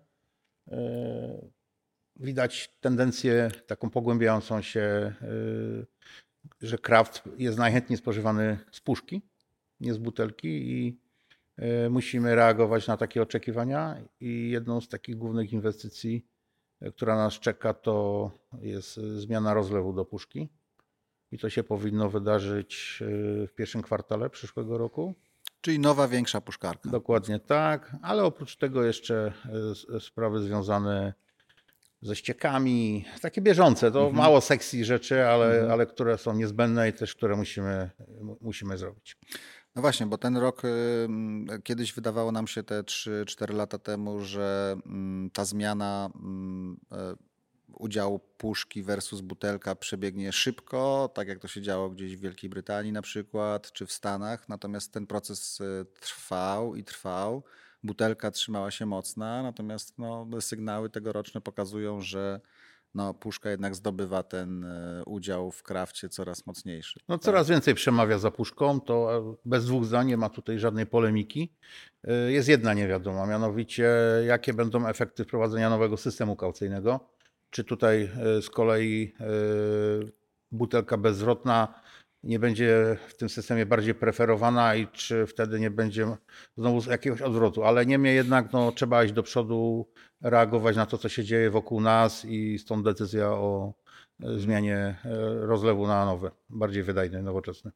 Widać tendencję taką pogłębiającą się, że craft jest najchętniej spożywany z puszki, nie z butelki i musimy reagować na takie oczekiwania i jedną z takich głównych inwestycji, która nas czeka, to jest zmiana rozlewu do puszki. I to się powinno wydarzyć w pierwszym kwartale przyszłego roku. Czyli nowa, większa puszkarka. Dokładnie tak, ale oprócz tego jeszcze sprawy związane ze ściekami, takie bieżące, to mało sexy rzeczy, ale które są niezbędne i też które musimy zrobić. No właśnie, bo ten rok, kiedyś wydawało nam się te 3-4 lata temu, że ta zmiana udziału puszki versus butelka przebiegnie szybko, tak jak to się działo gdzieś w Wielkiej Brytanii na przykład, czy w Stanach. Natomiast ten proces trwał i trwał. Butelka trzymała się mocna, natomiast sygnały tegoroczne pokazują, że puszka jednak zdobywa ten udział w krafcie coraz mocniejszy. Coraz więcej przemawia za puszką, to bez dwóch zdań, nie ma tutaj żadnej polemiki. Jest jedna niewiadoma, mianowicie jakie będą efekty wprowadzenia nowego systemu kaucyjnego. Czy tutaj z kolei butelka bezzwrotna nie będzie w tym systemie bardziej preferowana i czy wtedy nie będzie znowu jakiegoś odwrotu. Ale niemniej jednak trzeba iść do przodu, reagować na to, co się dzieje wokół nas i stąd decyzja o zmianie rozlewu na nowe, bardziej wydajny, nowoczesny.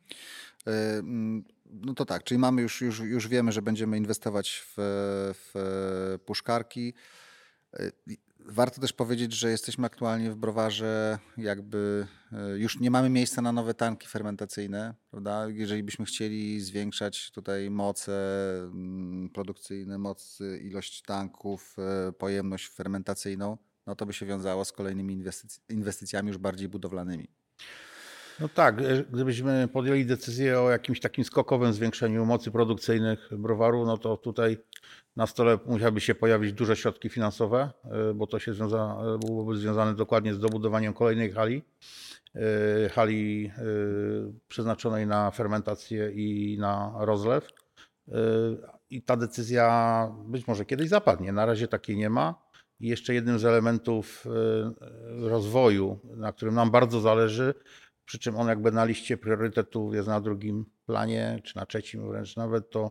No to tak, czyli mamy już wiemy, że będziemy inwestować w puszkarki. Warto też powiedzieć, że jesteśmy aktualnie w browarze, jakby już nie mamy miejsca na nowe tanki fermentacyjne, prawda? Jeżeli byśmy chcieli zwiększać tutaj moce produkcyjne, ilość tanków, pojemność fermentacyjną, no to by się wiązało z kolejnymi inwestycjami już bardziej budowlanymi. No tak, gdybyśmy podjęli decyzję o jakimś takim skokowym zwiększeniu mocy produkcyjnych browaru, no to tutaj na stole musiałyby się pojawić duże środki finansowe, bo to się byłoby związane dokładnie z dobudowaniem kolejnej hali przeznaczonej na fermentację i na rozlew. I ta decyzja być może kiedyś zapadnie. Na razie takiej nie ma. I jeszcze jednym z elementów rozwoju, na którym nam bardzo zależy, przy czym on jakby na liście priorytetów jest na drugim planie, czy na trzecim wręcz nawet, to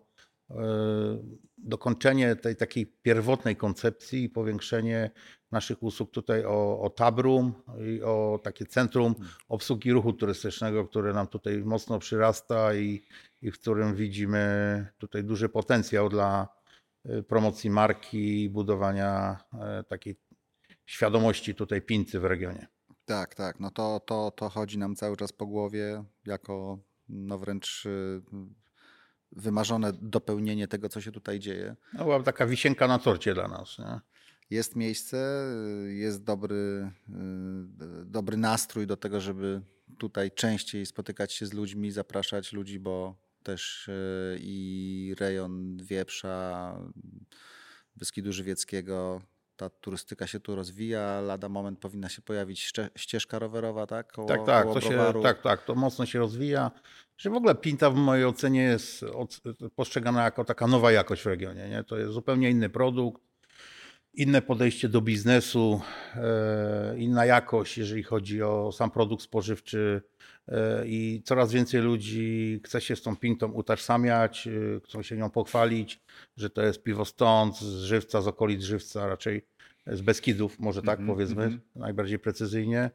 dokończenie tej takiej pierwotnej koncepcji i powiększenie naszych usług tutaj o tabroom i o takie centrum obsługi ruchu turystycznego, które nam tutaj mocno przyrasta i w którym widzimy tutaj duży potencjał dla promocji marki i budowania takiej świadomości tutaj Pinty w regionie. Tak. No to chodzi nam cały czas po głowie jako no wręcz wymarzone dopełnienie tego, co się tutaj dzieje. No była taka wisienka na torcie dla nas. Nie? Jest miejsce, jest dobry nastrój do tego, żeby tutaj częściej spotykać się z ludźmi, zapraszać ludzi, bo też i rejon Wieprza, Beskidu Żywieckiego, ta turystyka się tu rozwija, lada moment powinna się pojawić ścieżka rowerowa, tak? Koło browaru. Tak, to mocno się rozwija. Że w ogóle Pinta w mojej ocenie jest postrzegana jako taka nowa jakość w regionie. Nie? To jest zupełnie inny produkt, inne podejście do biznesu, inna jakość, jeżeli chodzi o sam produkt spożywczy i coraz więcej ludzi chce się z tą Pintą utożsamiać, chcą się nią pochwalić, że to jest piwo stąd, z Żywca, z okolic Żywca, raczej z Beskidów, może tak powiedzmy, najbardziej precyzyjnie.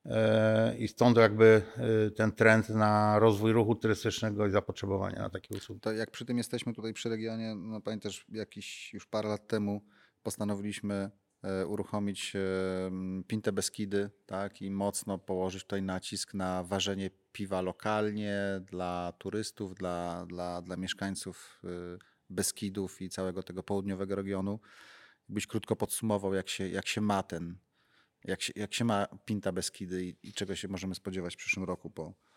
I stąd jakby ten trend na rozwój ruchu turystycznego i zapotrzebowania na takie usługi. To jak przy tym jesteśmy tutaj przy regionie, no pamiętasz, jakiś już parę lat temu postanowiliśmy uruchomić Pintę Beskidy, tak, i mocno położyć tutaj nacisk na ważenie piwa lokalnie dla turystów, dla mieszkańców Beskidów i całego tego południowego regionu. Jakbyś krótko podsumował, jak się ma Pinta Beskidy i czego się możemy spodziewać w przyszłym roku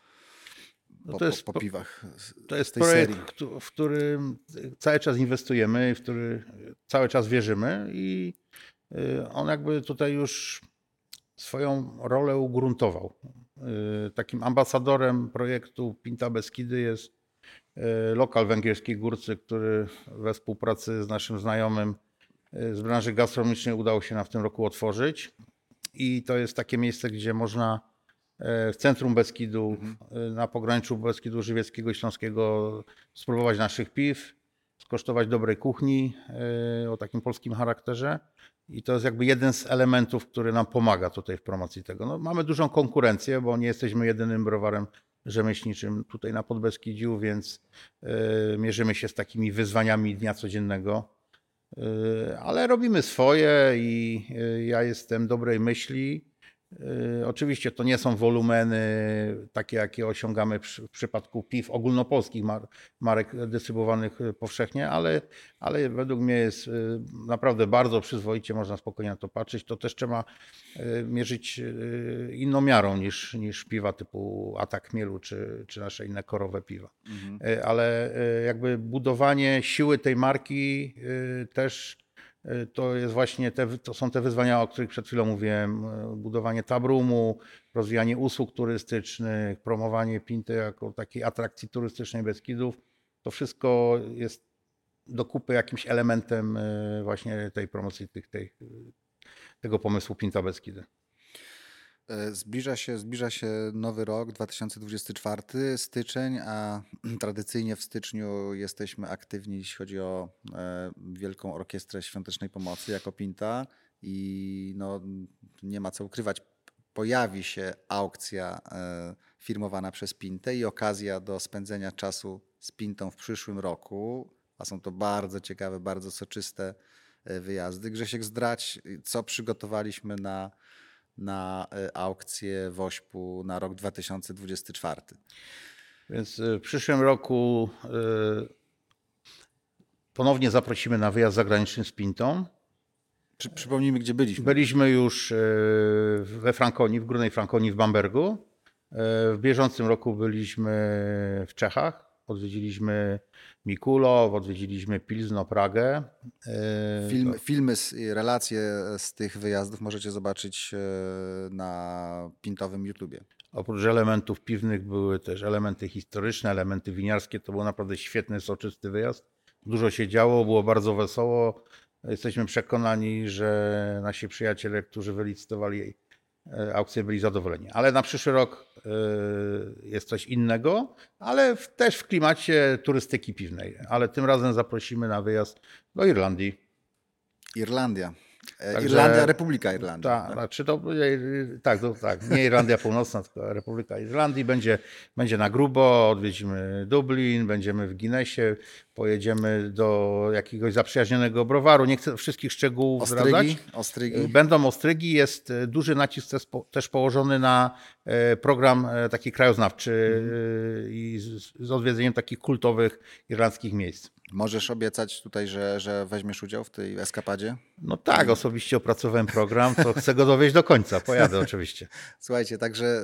po piwach to jest tej projekt, serii. w którym cały czas inwestujemy, w który cały czas wierzymy i on jakby tutaj już swoją rolę ugruntował. Takim ambasadorem projektu Pinta Beskidy jest lokal Węgierskiej Górcy, który we współpracy z naszym znajomym z branży gastronomicznej udało się nam w tym roku otworzyć. I to jest takie miejsce, gdzie można w centrum Beskidu, na pograniczu Beskidu Żywieckiego i Śląskiego spróbować naszych piw, skosztować dobrej kuchni o takim polskim charakterze. I to jest jakby jeden z elementów, który nam pomaga tutaj w promocji tego. No, mamy dużą konkurencję, bo nie jesteśmy jedynym browarem rzemieślniczym tutaj na Podbeskidziu, więc mierzymy się z takimi wyzwaniami dnia codziennego. Ale robimy swoje i ja jestem dobrej myśli. Oczywiście to nie są wolumeny takie, jakie osiągamy w przypadku piw ogólnopolskich marek dystrybuowanych powszechnie, ale według mnie jest naprawdę bardzo przyzwoicie, można spokojnie na to patrzeć. To też trzeba mierzyć inną miarą niż piwa typu Atak Chmielu czy nasze inne korowe piwa. Ale jakby budowanie siły tej marki też to jest właśnie to są te wyzwania, o których przed chwilą mówiłem. Budowanie tabroomu, rozwijanie usług turystycznych, promowanie Pinty jako takiej atrakcji turystycznej Beskidów. To wszystko jest do kupy jakimś elementem właśnie tej promocji tego pomysłu Pinta Beskidy. Zbliża się nowy rok, 2024, styczeń, a tradycyjnie w styczniu jesteśmy aktywni, jeśli chodzi o Wielką Orkiestrę Świątecznej Pomocy jako Pinta i no, nie ma co ukrywać, pojawi się aukcja firmowana przez Pintę i okazja do spędzenia czasu z Pintą w przyszłym roku, a są to bardzo ciekawe, bardzo soczyste wyjazdy. Grzesiek, zdradź, co przygotowaliśmy na aukcję WOŚP-u na rok 2024. Więc w przyszłym roku ponownie zaprosimy na wyjazd zagraniczny z Pintą. Przypomnijmy, gdzie byliśmy. Byliśmy już we Frankonii, w Górnej Frankonii w Bambergu. W bieżącym roku byliśmy w Czechach. Odwiedziliśmy Mikulow, odwiedziliśmy Pilzno, Pragę. Filmy i relacje z tych wyjazdów możecie zobaczyć na Pintowym YouTubie. Oprócz elementów piwnych były też elementy historyczne, elementy winiarskie. To był naprawdę świetny, soczysty wyjazd. Dużo się działo, było bardzo wesoło. Jesteśmy przekonani, że nasi przyjaciele, którzy wylicytowali aukcję, byli zadowoleni. Ale na przyszły rok jest coś innego, ale też w klimacie turystyki piwnej. Ale tym razem zaprosimy na wyjazd do Irlandii. Irlandia. Także- Irlandia, Republika Irlandii. Tak. Nie Irlandia Północna, tylko Republika Irlandii. Będzie na grubo, odwiedzimy Dublin, będziemy w Guinnessie, pojedziemy do jakiegoś zaprzyjaźnionego browaru. Nie chcę wszystkich szczegółów zdradzać. Ostrygi. Będą ostrygi, jest duży nacisk też położony na program taki krajoznawczy i z odwiedzeniem takich kultowych irlandzkich miejsc. Możesz obiecać tutaj, że weźmiesz udział w tej eskapadzie? No tak, osobiście opracowałem program, to chcę go dowieść do końca. Pojadę oczywiście. Słuchajcie, także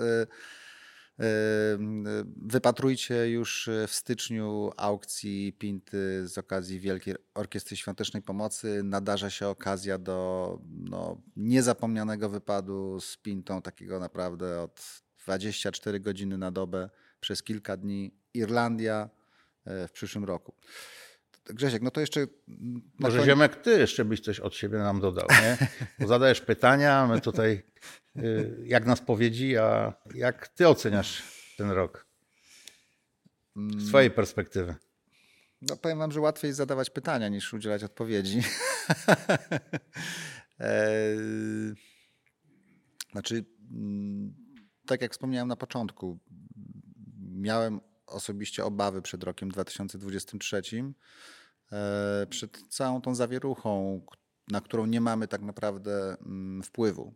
wypatrujcie już w styczniu aukcji Pinty z okazji Wielkiej Orkiestry Świątecznej Pomocy. Nadarza się okazja do niezapomnianego wypadu z Pintą, takiego naprawdę od 24 godziny na dobę przez kilka dni. Irlandia w przyszłym roku. Grzesiek, no to jeszcze... Może Ziemek, ty jeszcze byś coś od siebie nam dodał, nie? Bo zadajesz pytania, my tutaj jak na spowiedzi, a jak ty oceniasz ten rok z twojej perspektywy? No powiem wam, że łatwiej jest zadawać pytania niż udzielać odpowiedzi. Znaczy, tak jak wspomniałem na początku, miałem osobiście obawy przed rokiem 2023, przed całą tą zawieruchą, na którą nie mamy tak naprawdę wpływu.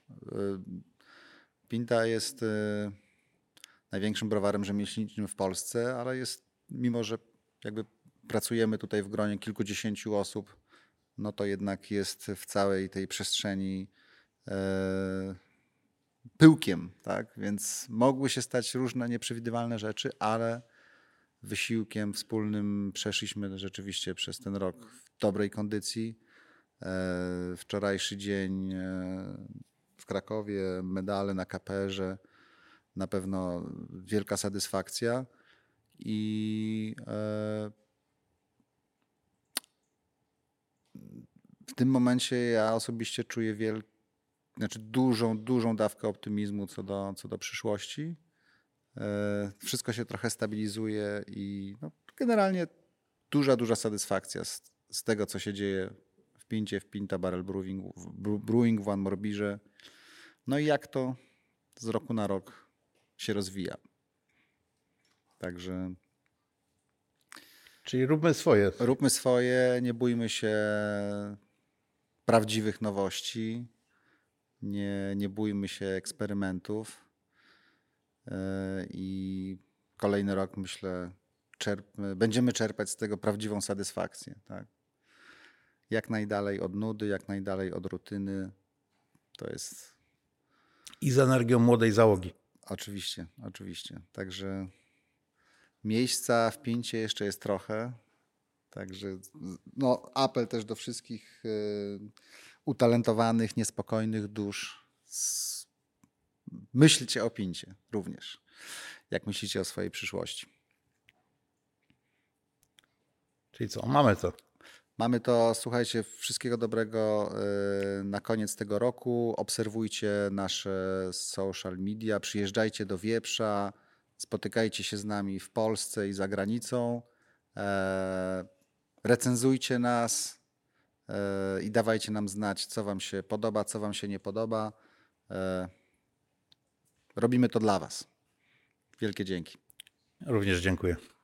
Pinta jest największym browarem rzemieślniczym w Polsce, ale jest, mimo że jakby pracujemy tutaj w gronie kilkudziesięciu osób, no to jednak jest w całej tej przestrzeni pyłkiem, tak? Więc mogły się stać różne nieprzewidywalne rzeczy, ale wysiłkiem wspólnym przeszliśmy rzeczywiście przez ten rok w dobrej kondycji. Wczorajszy dzień w Krakowie, medale na KPR-ze, na pewno wielka satysfakcja i w tym momencie ja osobiście czuję dużą dawkę optymizmu co do przyszłości. Wszystko się trochę stabilizuje i generalnie duża satysfakcja z tego, co się dzieje w Pincie, w Pinta Barrel Brewing, w One More Beerze. No i jak to z roku na rok się rozwija. Także... Czyli róbmy swoje. Róbmy swoje, nie bójmy się prawdziwych nowości, nie bójmy się eksperymentów i kolejny rok, myślę, będziemy czerpać z tego prawdziwą satysfakcję. Tak? Jak najdalej od nudy, jak najdalej od rutyny. To jest... I z energią młodej załogi. Oczywiście. Także miejsca w Pincie jeszcze jest trochę. Także apel też do wszystkich utalentowanych, niespokojnych dusz. Myślcie o Pincie również, jak myślicie o swojej przyszłości. Czyli co, mamy to. Mamy to, słuchajcie, wszystkiego dobrego na koniec tego roku. Obserwujcie nasze social media, przyjeżdżajcie do Wieprza, spotykajcie się z nami w Polsce i za granicą. Recenzujcie nas i dawajcie nam znać, co wam się podoba, co wam się nie podoba. Robimy to dla was. Wielkie dzięki. Również dziękuję.